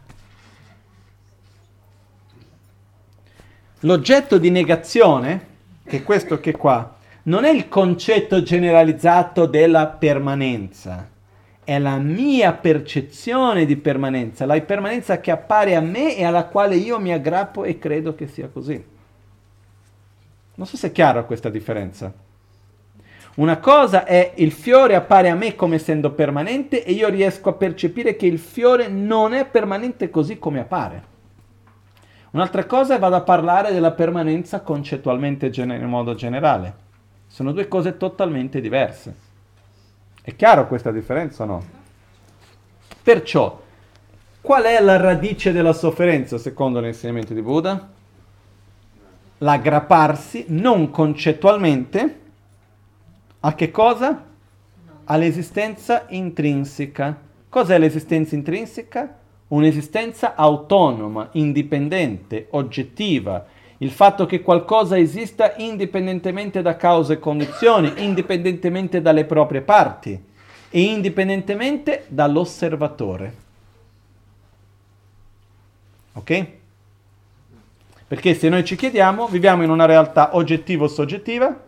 L'oggetto di negazione, che è questo che qua, non è il concetto generalizzato della permanenza, è la mia percezione di permanenza, la permanenza che appare a me e alla quale io mi aggrappo e credo che sia così. Non so se è chiara questa differenza. Una cosa è il fiore appare a me come essendo permanente e io riesco a percepire che il fiore non è permanente così come appare. Un'altra cosa è vado a parlare della permanenza concettualmente in modo generale. Sono due cose totalmente diverse. È chiaro questa differenza o no? Perciò, qual è la radice della sofferenza secondo l'insegnamento di Buddha? L'aggrapparsi non concettualmente a che cosa? All'esistenza intrinseca. Cos'è l'esistenza intrinseca? Un'esistenza autonoma, indipendente, oggettiva. Il fatto che qualcosa esista indipendentemente da cause e condizioni, indipendentemente dalle proprie parti e indipendentemente dall'osservatore. Ok? Perché se noi ci chiediamo, viviamo in una realtà oggettiva o soggettiva?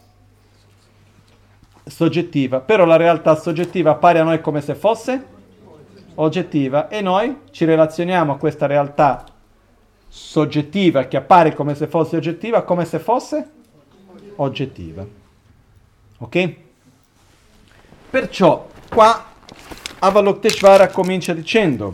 Soggettiva, però la realtà soggettiva appare a noi come se fosse oggettiva e noi ci relazioniamo a questa realtà soggettiva che appare come se fosse oggettiva, come se fosse oggettiva. Ok? Perciò qua Avalokiteshvara comincia dicendo: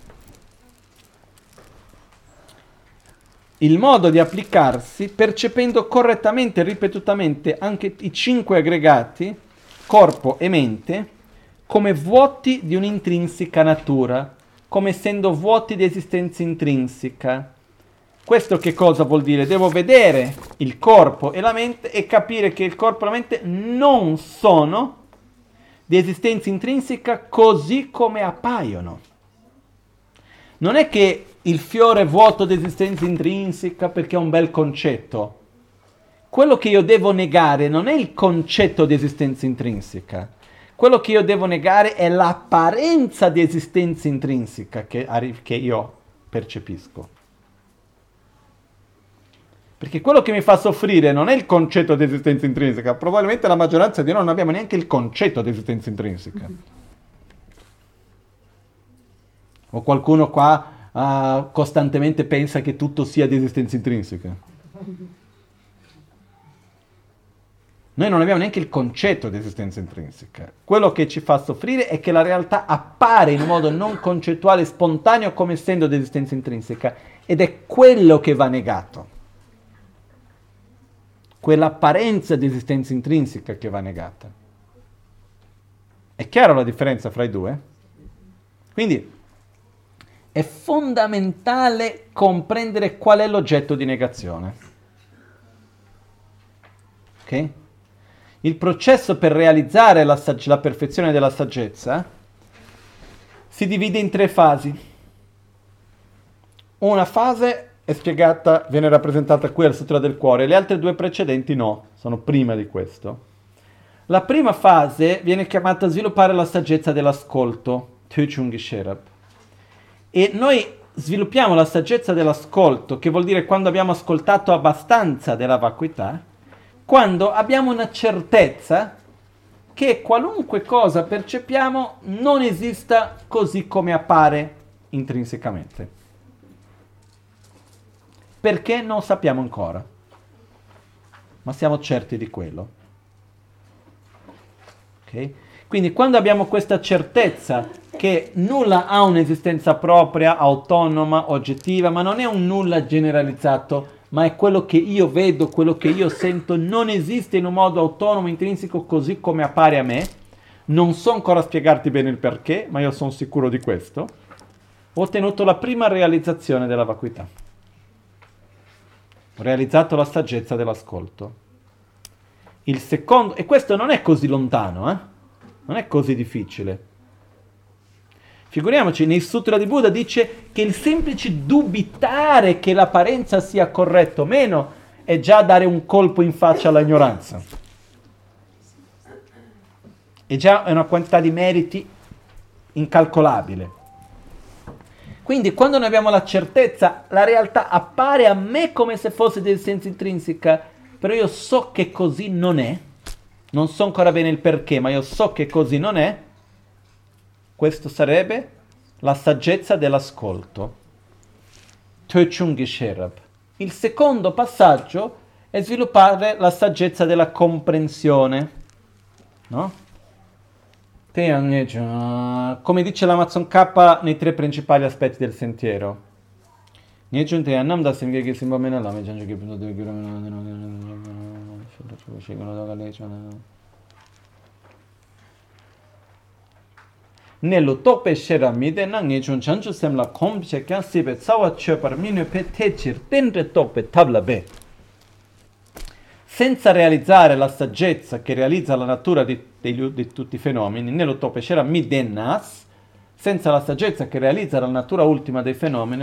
il modo di applicarsi percependo correttamente e ripetutamente anche i 5 aggregati, corpo e mente, come vuoti di un'intrinseca natura, come essendo vuoti di esistenza intrinseca, Questo che cosa vuol dire? Devo vedere il corpo e la mente e capire che il corpo e la mente non sono di esistenza intrinseca così come appaiono. Non è che il fiore è vuoto di esistenza intrinseca perché è un bel concetto. Quello che io devo negare non è il concetto di esistenza intrinseca. Quello che io devo negare è l'apparenza di esistenza intrinseca che io percepisco. Perché quello che mi fa soffrire non è il concetto di esistenza intrinseca. Probabilmente la maggioranza di noi non abbiamo neanche il concetto di esistenza intrinseca. O qualcuno qua costantemente pensa che tutto sia di esistenza intrinseca. Noi non abbiamo neanche il concetto di esistenza intrinseca. Quello che ci fa soffrire è che la realtà appare in un modo non concettuale e spontaneo come essendo di esistenza intrinseca. Ed è quello che va negato. Quell'apparenza di esistenza intrinseca che va negata. È chiara la differenza fra i due? Quindi è fondamentale comprendere qual è l'oggetto di negazione. Ok? Il processo per realizzare la perfezione della saggezza si divide in 3 fasi. Una fase è spiegata, viene rappresentata qui al Sutra del Cuore, le altre 2 precedenti no, sono prima di questo. La prima fase viene chiamata sviluppare la saggezza dell'ascolto, Töchung Sherab. E noi sviluppiamo la saggezza dell'ascolto, che vuol dire quando abbiamo ascoltato abbastanza della vacuità, quando abbiamo una certezza che qualunque cosa percepiamo non esista così come appare intrinsecamente. Perché non sappiamo ancora, ma siamo certi di quello. Okay? Quindi quando abbiamo questa certezza che nulla ha un'esistenza propria, autonoma, oggettiva, ma non è un nulla generalizzato, ma è quello che io vedo, quello che io sento, non esiste in un modo autonomo, intrinseco, così come appare a me. Non so ancora spiegarti bene il perché, ma io sono sicuro di questo. Ho ottenuto la prima realizzazione della vacuità. Ho realizzato la saggezza dell'ascolto. Il secondo, e questo non è così lontano, non è così difficile. Figuriamoci, nei Sutra di Buddha dice che il semplice dubitare che l'apparenza sia corretta o meno è già dare un colpo in faccia all'ignoranza. È già una quantità di meriti incalcolabile. Quindi quando noi abbiamo la certezza, la realtà appare a me come se fosse di esistenza intrinseca, però io so che così non è, non so ancora bene il perché, ma io so che così non è. Questo sarebbe la saggezza dell'ascolto. Töchung Sherab. Il secondo passaggio è sviluppare la saggezza della comprensione. No? Come dice l'Amazon K nei 3 principali aspetti del sentiero. Nello tope sheramide na ngechun chanchu semla komche kya sibe tsawa chopar minu pe techir tendre tope tabla be. Senza realizzare la saggezza che realizza la natura di tutti i fenomeni, nello tope sheramide nas, senza la saggezza che realizza la natura ultima dei fenomeni,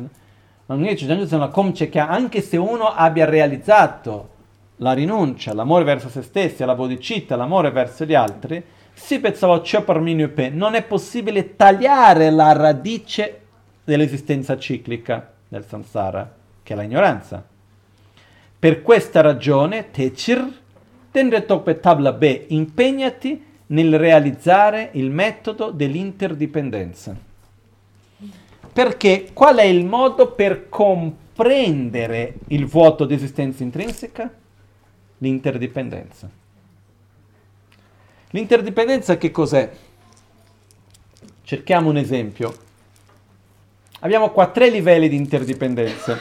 anche se uno abbia realizzato la rinuncia, l'amore verso se stessi, la bodhicitta, l'amore verso gli altri, non è possibile tagliare la radice dell'esistenza ciclica del samsara, che è l'ignoranza. Per questa ragione, Techir, Tenre Tope Tabla B, impegnati nel realizzare il metodo dell'interdipendenza. Perché qual è il modo per comprendere il vuoto di esistenza intrinseca? L'interdipendenza. L'interdipendenza che cos'è? Cerchiamo un esempio. Abbiamo qua 3 livelli di interdipendenza.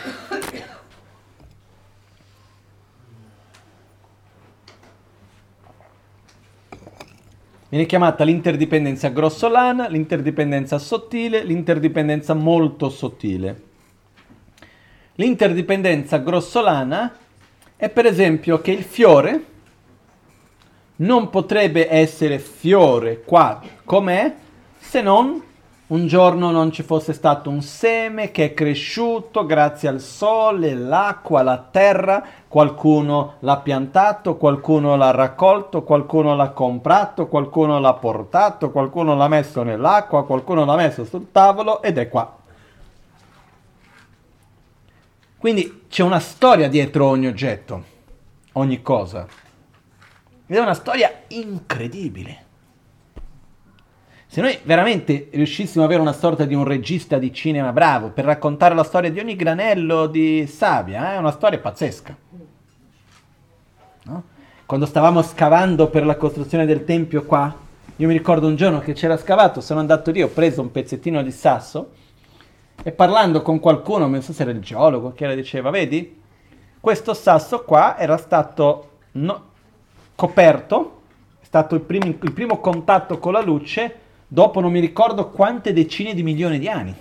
Viene chiamata l'interdipendenza grossolana, l'interdipendenza sottile, l'interdipendenza molto sottile. L'interdipendenza grossolana è per esempio che il fiore non potrebbe essere fiore qua com'è se non un giorno non ci fosse stato un seme che è cresciuto grazie al sole, l'acqua, la terra, qualcuno l'ha piantato, qualcuno l'ha raccolto, qualcuno l'ha comprato, qualcuno l'ha portato, qualcuno l'ha messo nell'acqua, qualcuno l'ha messo sul tavolo ed è qua. Quindi c'è una storia dietro ogni oggetto, ogni cosa. Ed è una storia incredibile. Se noi veramente riuscissimo ad avere una sorta di un regista di cinema bravo per raccontare la storia di ogni granello di sabbia, è una storia pazzesca. No? Quando stavamo scavando per la costruzione del tempio qua, io mi ricordo un giorno che c'era scavato, sono andato lì, ho preso un pezzettino di sasso e parlando con qualcuno, non so se era il geologo, che diceva, vedi, questo sasso qua era stato coperto, è stato il primo contatto con la luce dopo non mi ricordo quante decine di milioni di anni.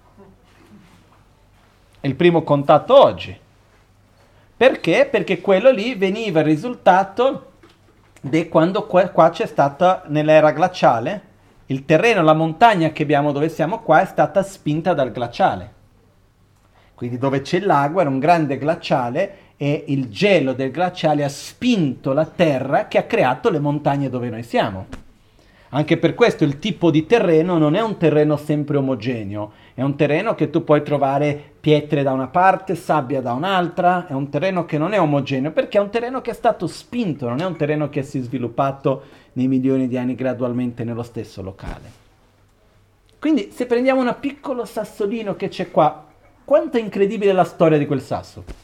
È il primo contatto oggi. Perché? Perché quello lì veniva il risultato di quando qua c'è stata, nell'era glaciale, il terreno, la montagna che abbiamo dove siamo qua è stata spinta dal glaciale. Quindi dove c'è l'acqua era un grande glaciale e il gelo del glaciale ha spinto la terra che ha creato le montagne dove noi siamo. Anche per questo il tipo di terreno non è un terreno sempre omogeneo, è un terreno che tu puoi trovare pietre da una parte, sabbia da un'altra, è un terreno che non è omogeneo perché è un terreno che è stato spinto, non è un terreno che si è sviluppato nei milioni di anni gradualmente nello stesso locale. Quindi se prendiamo un piccolo sassolino che c'è qua, quanto è incredibile la storia di quel sasso?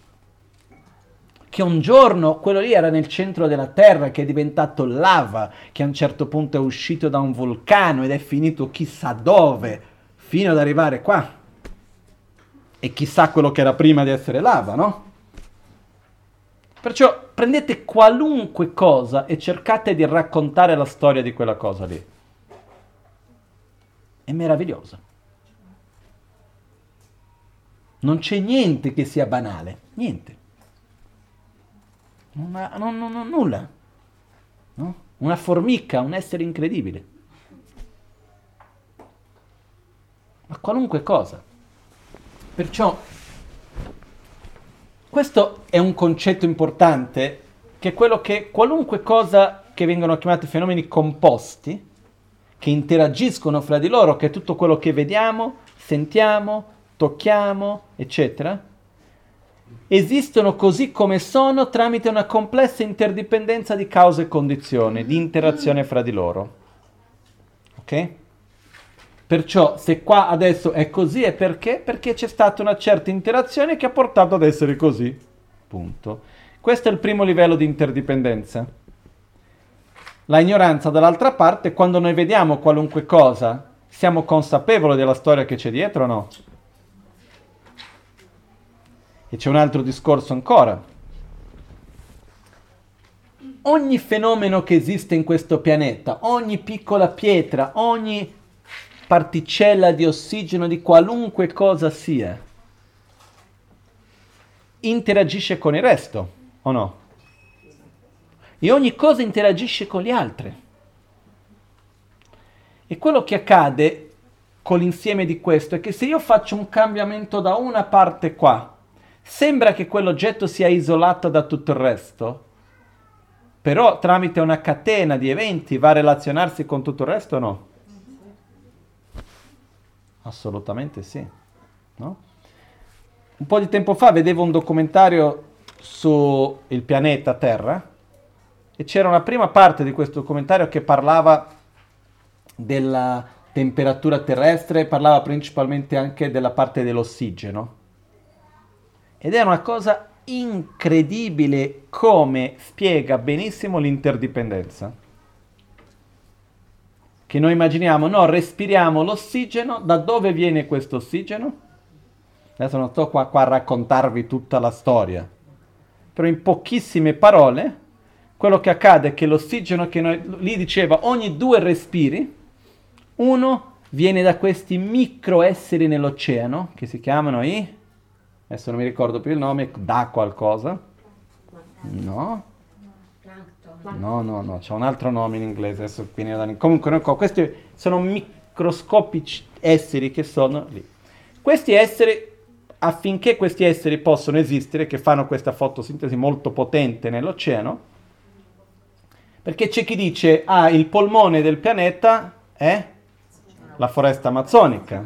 Che un giorno quello lì era nel centro della terra, che è diventato lava, che a un certo punto è uscito da un vulcano ed è finito chissà dove, fino ad arrivare qua. E chissà quello che era prima di essere lava, no? Perciò prendete qualunque cosa e cercate di raccontare la storia di quella cosa lì. È meravigliosa. Non c'è niente che sia banale, niente. Nulla, no? Una formica, un essere incredibile, ma qualunque cosa. Perciò questo è un concetto importante, che è quello che qualunque cosa che vengono chiamati fenomeni composti, che interagiscono fra di loro, che è tutto quello che vediamo, sentiamo, tocchiamo, eccetera, esistono così come sono tramite una complessa interdipendenza di cause e condizioni, di interazione fra di loro. Ok? Perciò se qua adesso è così è perché? Perché c'è stata una certa interazione che ha portato ad essere così. Punto. Questo è il primo livello di interdipendenza. La ignoranza dall'altra parte, quando noi vediamo qualunque cosa, siamo consapevoli della storia che c'è dietro o no? E c'è un altro discorso ancora. Ogni fenomeno che esiste in questo pianeta, ogni piccola pietra, ogni particella di ossigeno di qualunque cosa sia, interagisce con il resto, o no? E ogni cosa interagisce con gli altri. E quello che accade con l'insieme di questo è che se io faccio un cambiamento da una parte qua, sembra che quell'oggetto sia isolato da tutto il resto, però tramite una catena di eventi va a relazionarsi con tutto il resto o no? Assolutamente sì. No? Un po' di tempo fa vedevo un documentario sul pianeta Terra e c'era una prima parte di questo documentario che parlava della temperatura terrestre, parlava principalmente anche della parte dell'ossigeno. Ed è una cosa incredibile come spiega benissimo l'interdipendenza. Che noi immaginiamo, no, respiriamo l'ossigeno, da dove viene questo ossigeno? Adesso non sto qua a raccontarvi tutta la storia, però in pochissime parole, quello che accade è che l'ossigeno che noi, lì diceva, ogni 2 respiri, uno viene da questi microesseri nell'oceano, che si chiamano i adesso non mi ricordo più il nome, da qualcosa. No? No, c'è un altro nome in inglese, adesso comunque questi sono microscopici esseri che sono lì. Questi esseri, affinché questi esseri possano esistere, che fanno questa fotosintesi molto potente nell'oceano, perché c'è chi dice, il polmone del pianeta è la foresta amazzonica.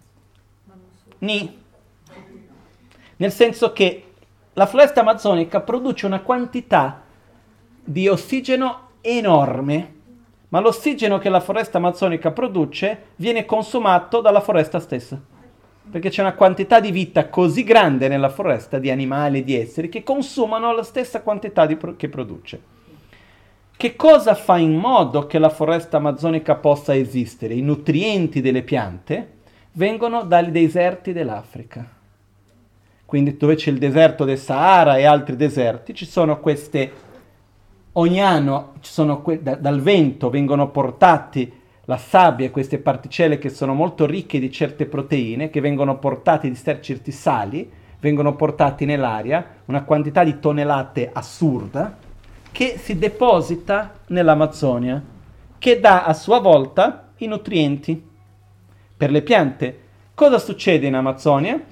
Nel senso che la foresta amazzonica produce una quantità di ossigeno enorme, ma l'ossigeno che la foresta amazzonica produce viene consumato dalla foresta stessa, perché c'è una quantità di vita così grande nella foresta, di animali e di esseri, che consumano la stessa quantità che produce. Che cosa fa in modo che la foresta amazzonica possa esistere? I nutrienti delle piante vengono dai deserti dell'Africa. Quindi dove c'è il deserto del Sahara e altri deserti, ci sono queste... Ogni anno dal vento vengono portati la sabbia e queste particelle che sono molto ricche di certe proteine, che vengono portati di certi sali, vengono portati nell'aria, una quantità di tonnellate assurda, che si deposita nell'Amazzonia, che dà a sua volta i nutrienti per le piante. Cosa succede in Amazzonia?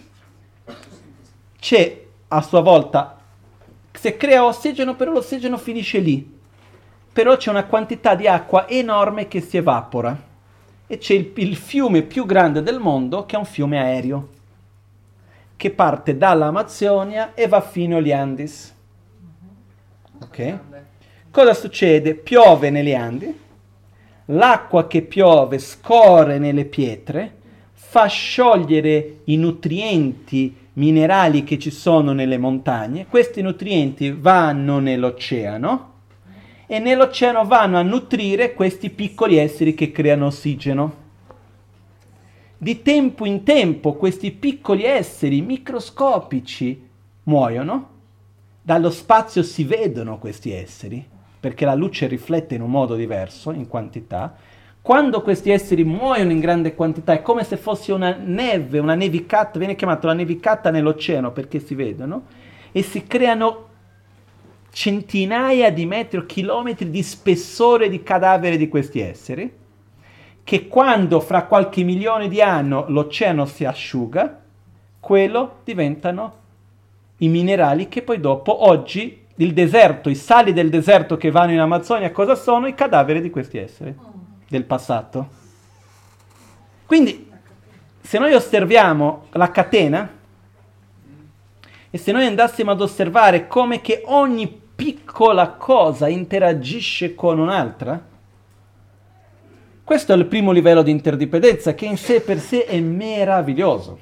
C'è a sua volta, se crea ossigeno, però l'ossigeno finisce lì. Però c'è una quantità di acqua enorme che si evapora. E c'è il fiume più grande del mondo, che è un fiume aereo, che parte dall'Amazzonia e va fino agli Andes. Ok? Cosa succede? Piove negli Andi, l'acqua che piove scorre nelle pietre, fa sciogliere i nutrienti minerali che ci sono nelle montagne, questi nutrienti vanno nell'oceano e nell'oceano vanno a nutrire questi piccoli esseri che creano ossigeno. Di tempo in tempo questi piccoli esseri microscopici muoiono, dallo spazio si vedono questi esseri, perché la luce riflette in un modo diverso, in quantità. Quando questi esseri muoiono in grande quantità, è come se fosse una neve, una nevicata, viene chiamata la nevicata nell'oceano perché si vedono, e si creano centinaia di metri o chilometri di spessore di cadaveri di questi esseri, che quando fra qualche milione di anni l'oceano si asciuga, quello diventano i minerali che poi dopo, oggi, il deserto, i sali del deserto che vanno in Amazzonia, cosa sono? I cadaveri di questi esseri del passato. Quindi, se noi osserviamo la catena, e se noi andassimo ad osservare come che ogni piccola cosa interagisce con un'altra, questo è il primo livello di interdipendenza, che in sé per sé è meraviglioso.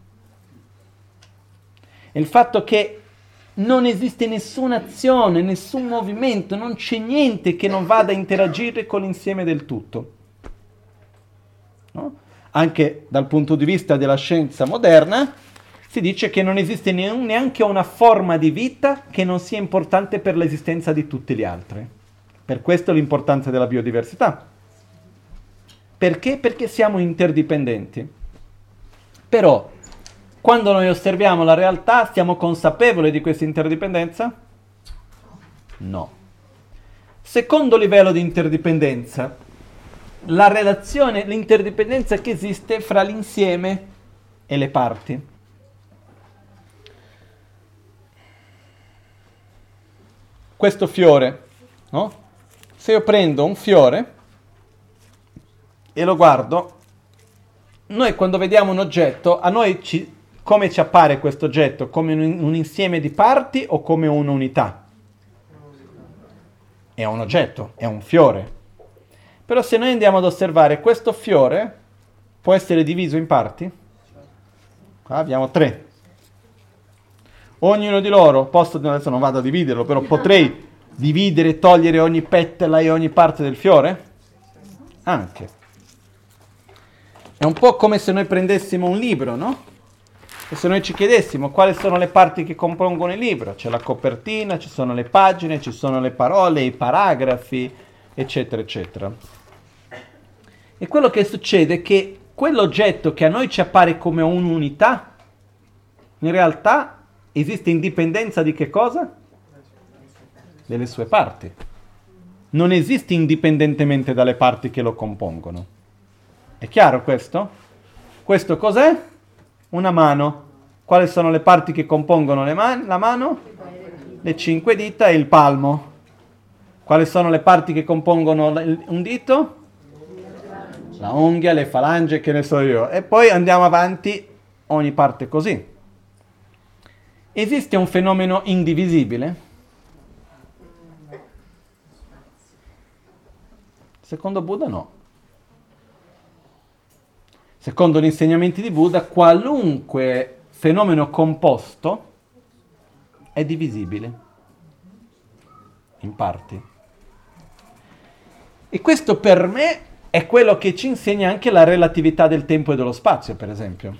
È il fatto che non esiste nessuna azione, nessun movimento, non c'è niente che non vada a interagire con l'insieme del tutto. No? Anche dal punto di vista della scienza moderna si dice che non esiste neanche una forma di vita che non sia importante per l'esistenza di tutte le altre. Per questo l'importanza della biodiversità. Perché? Perché siamo interdipendenti. Però, quando noi osserviamo la realtà, siamo consapevoli di questa interdipendenza? No. Secondo livello di interdipendenza, la relazione, l'interdipendenza che esiste fra l'insieme e le parti. Questo fiore, no? Se io prendo un fiore e lo guardo, noi quando vediamo un oggetto, a noi come ci appare questo oggetto? Come un insieme di parti o come un'unità? È un oggetto, è un fiore. Però se noi andiamo ad osservare questo fiore, può essere diviso in parti? Qua abbiamo 3. Ognuno di loro, adesso non vado a dividerlo, però potrei dividere e togliere ogni petala e ogni parte del fiore? Anche. È un po' come se noi prendessimo un libro, no? E se noi ci chiedessimo quali sono le parti che compongono il libro, c'è la copertina, ci sono le pagine, ci sono le parole, i paragrafi, eccetera, eccetera. E quello che succede è che quell'oggetto che a noi ci appare come un'unità, in realtà esiste indipendenza di che cosa? Delle sue parti. Non esiste indipendentemente dalle parti che lo compongono. È chiaro questo? Questo cos'è? Una mano. Quali sono le parti che compongono la mano? Le 5 dita e il palmo. Quali sono le parti che compongono un dito? La unghia, le falange, che ne so io. E poi andiamo avanti, ogni parte così. Esiste un fenomeno indivisibile? Secondo Buddha no. Secondo gli insegnamenti di Buddha, qualunque fenomeno composto è divisibile in parti. E questo per me è quello che ci insegna anche la relatività del tempo e dello spazio, per esempio.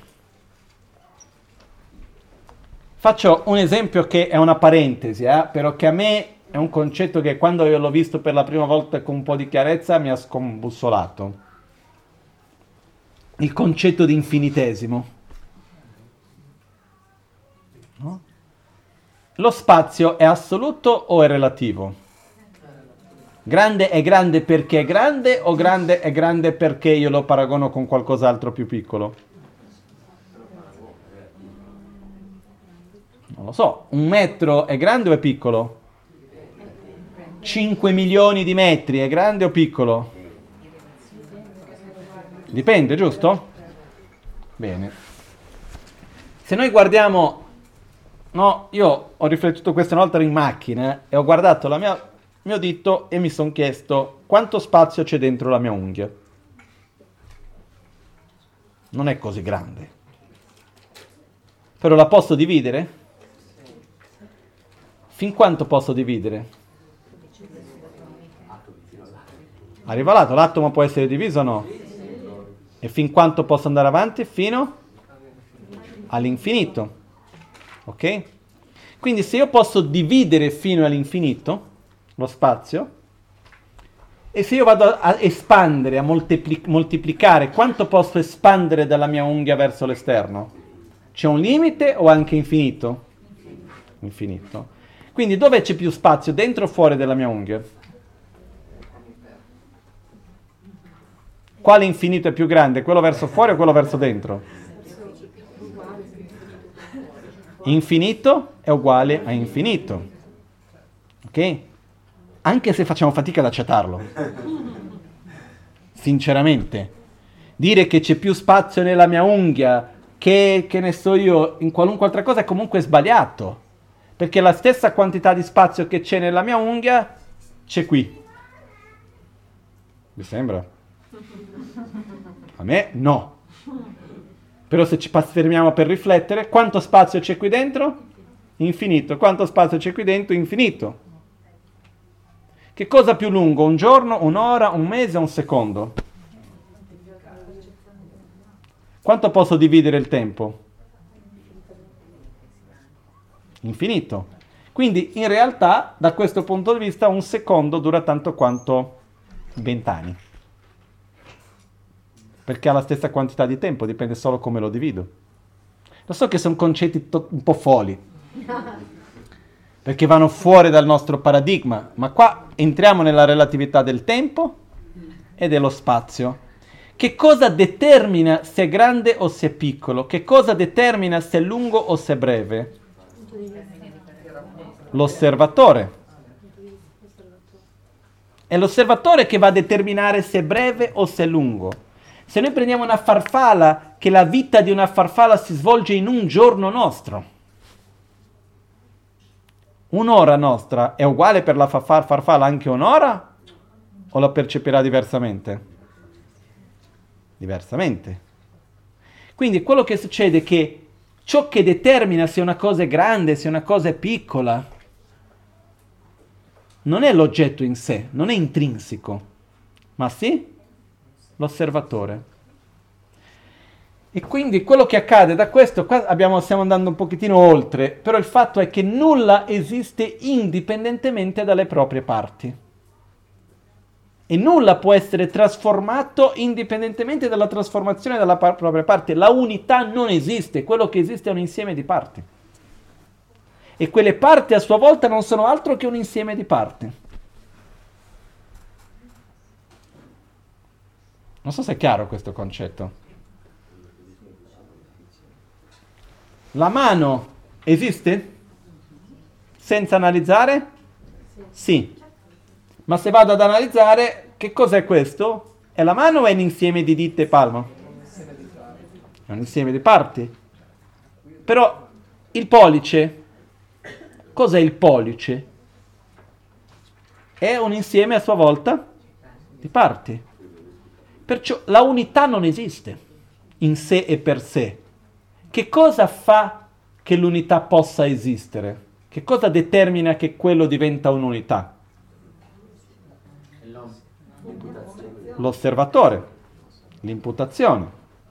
Faccio un esempio che è una parentesi, però che a me è un concetto che quando io l'ho visto per la prima volta con un po' di chiarezza mi ha scombussolato. Il concetto di infinitesimo. No? Lo spazio è assoluto o è relativo? Grande è grande perché è grande o grande è grande perché io lo paragono con qualcos'altro più piccolo? Non lo so, 1 metro è grande o è piccolo? 5 milioni di metri è grande o piccolo? Dipende, giusto? Bene. Se noi guardiamo, no, io ho riflettuto questa volta in macchina e ho guardato il mio dito e mi sono chiesto quanto spazio c'è dentro la mia unghia. Non è così grande. Però la posso dividere? Fin quanto posso dividere? Arriva l'atomo può essere diviso o no? E fin quanto posso andare avanti? Fino all'infinito. Ok? Quindi se io posso dividere fino all'infinito lo spazio, e se io vado a espandere, a moltiplicare, quanto posso espandere dalla mia unghia verso l'esterno? C'è un limite o anche infinito? Infinito. Quindi dove c'è più spazio, dentro o fuori della mia unghia? Quale infinito è più grande? Quello verso fuori o quello verso dentro? Infinito è uguale a infinito. Ok? Anche se facciamo fatica ad accettarlo. Sinceramente. Dire che c'è più spazio nella mia unghia che ne so io, in qualunque altra cosa è comunque sbagliato. Perché la stessa quantità di spazio che c'è nella mia unghia c'è qui. Vi sembra? A me no. Però se ci fermiamo per riflettere, quanto spazio c'è qui dentro? Infinito. Quanto spazio c'è qui dentro? Infinito. Che cosa più lungo? Un giorno, un'ora, un mese, un secondo? Quanto posso dividere il tempo? Infinito. Quindi in realtà, da questo punto di vista, un secondo dura tanto quanto 20 anni. Perché ha la stessa quantità di tempo, dipende solo come lo divido. Lo so che sono concetti un po' folli, perché vanno fuori dal nostro paradigma, ma qua entriamo nella relatività del tempo e dello spazio. Che cosa determina se è grande o se è piccolo? Che cosa determina se è lungo o se è breve? L'osservatore. È l'osservatore che va a determinare se è breve o se è lungo. Se noi prendiamo una farfalla, che la vita di una farfalla si svolge in un giorno nostro, un'ora nostra è uguale per la farfalla anche un'ora? O la percepirà diversamente? Diversamente. Quindi quello che succede è che ciò che determina se una cosa è grande, se una cosa è piccola, non è l'oggetto in sé, non è intrinseco, ma sì l'osservatore. E quindi quello che accade da questo, qua stiamo andando un pochettino oltre, però il fatto è che nulla esiste indipendentemente dalle proprie parti. E nulla può essere trasformato indipendentemente dalla trasformazione della propria parte. La unità non esiste, quello che esiste è un insieme di parti. E quelle parti a sua volta non sono altro che un insieme di parti. Non so se è chiaro questo concetto. La mano esiste? Senza analizzare? Sì. Ma se vado ad analizzare, che cos'è questo? È la mano o è un insieme di dita e palma? È un insieme di parti. Però il pollice, cos'è il pollice? È un insieme a sua volta di parti. Perciò la unità non esiste in sé e per sé. Che cosa fa che l'unità possa esistere? Che cosa determina che quello diventa un'unità? L'osservatore, l'imputazione.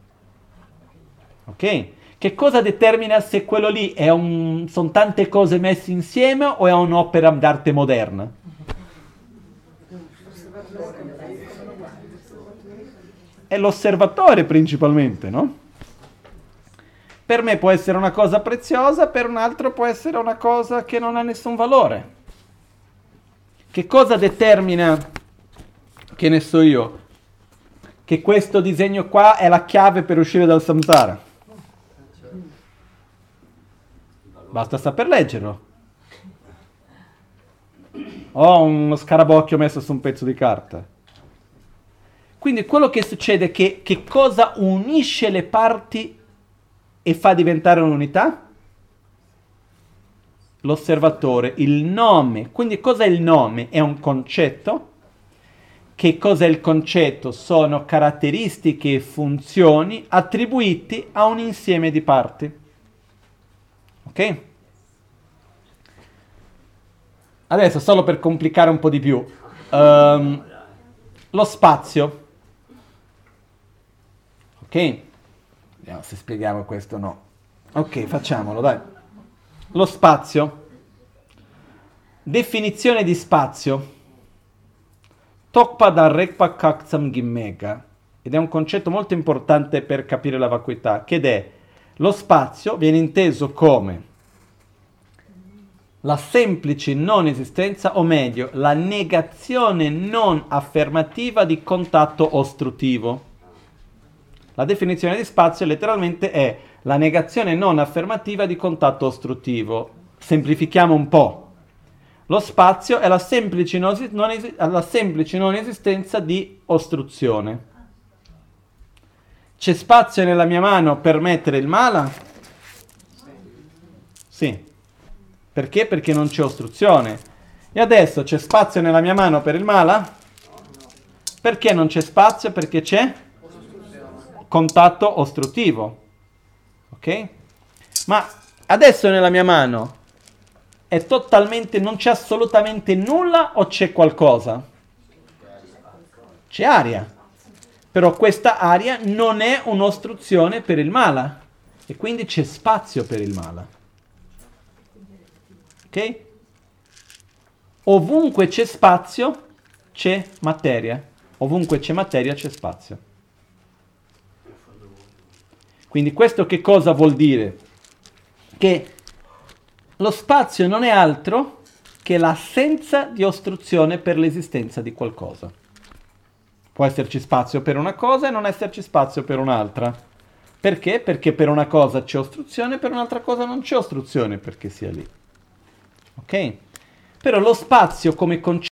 Ok? Che cosa determina se quello lì sono tante cose messe insieme o è un'opera d'arte moderna? È l'osservatore principalmente, no? Per me può essere una cosa preziosa, per un altro può essere una cosa che non ha nessun valore. Che cosa determina, che ne so io, che questo disegno qua è la chiave per uscire dal samsara? Basta saper leggerlo. O uno scarabocchio messo su un pezzo di carta. Quindi quello che succede è che cosa unisce le parti e fa diventare un'unità? L'osservatore, il nome. Quindi cos'è il nome? È un concetto. Che cos'è il concetto? Sono caratteristiche e funzioni attribuiti a un insieme di parti. Ok? Adesso, solo per complicare un po' di più, lo spazio. Ok? Vediamo se spieghiamo questo o no. Ok, facciamolo, dai. Lo spazio. Definizione di spazio. Tokpa da Rekpa Kaktsam Gimmega. Ed è un concetto molto importante per capire la vacuità, che è lo spazio viene inteso come la semplice non esistenza, o meglio, la negazione non affermativa di contatto ostruttivo. La definizione di spazio letteralmente è la negazione non affermativa di contatto ostruttivo. Semplifichiamo un po'. Lo spazio è la semplice non esistenza di ostruzione. C'è spazio nella mia mano per mettere il mala? Sì. Perché? Perché non c'è ostruzione. E adesso c'è spazio nella mia mano per il mala? Perché non c'è spazio? Perché c'è contatto ostruttivo. Ok? Ma adesso nella mia mano è totalmente, non c'è assolutamente nulla o c'è qualcosa? C'è aria. Però questa aria non è un'ostruzione per il mala. E quindi c'è spazio per il mala. Ok? Ovunque c'è spazio, c'è materia. Ovunque c'è materia, c'è spazio. Quindi questo che cosa vuol dire? Che lo spazio non è altro che l'assenza di ostruzione per l'esistenza di qualcosa. Può esserci spazio per una cosa e non esserci spazio per un'altra. Perché? Perché per una cosa c'è ostruzione, per un'altra cosa non c'è ostruzione perché sia lì. Ok? Però lo spazio come concetto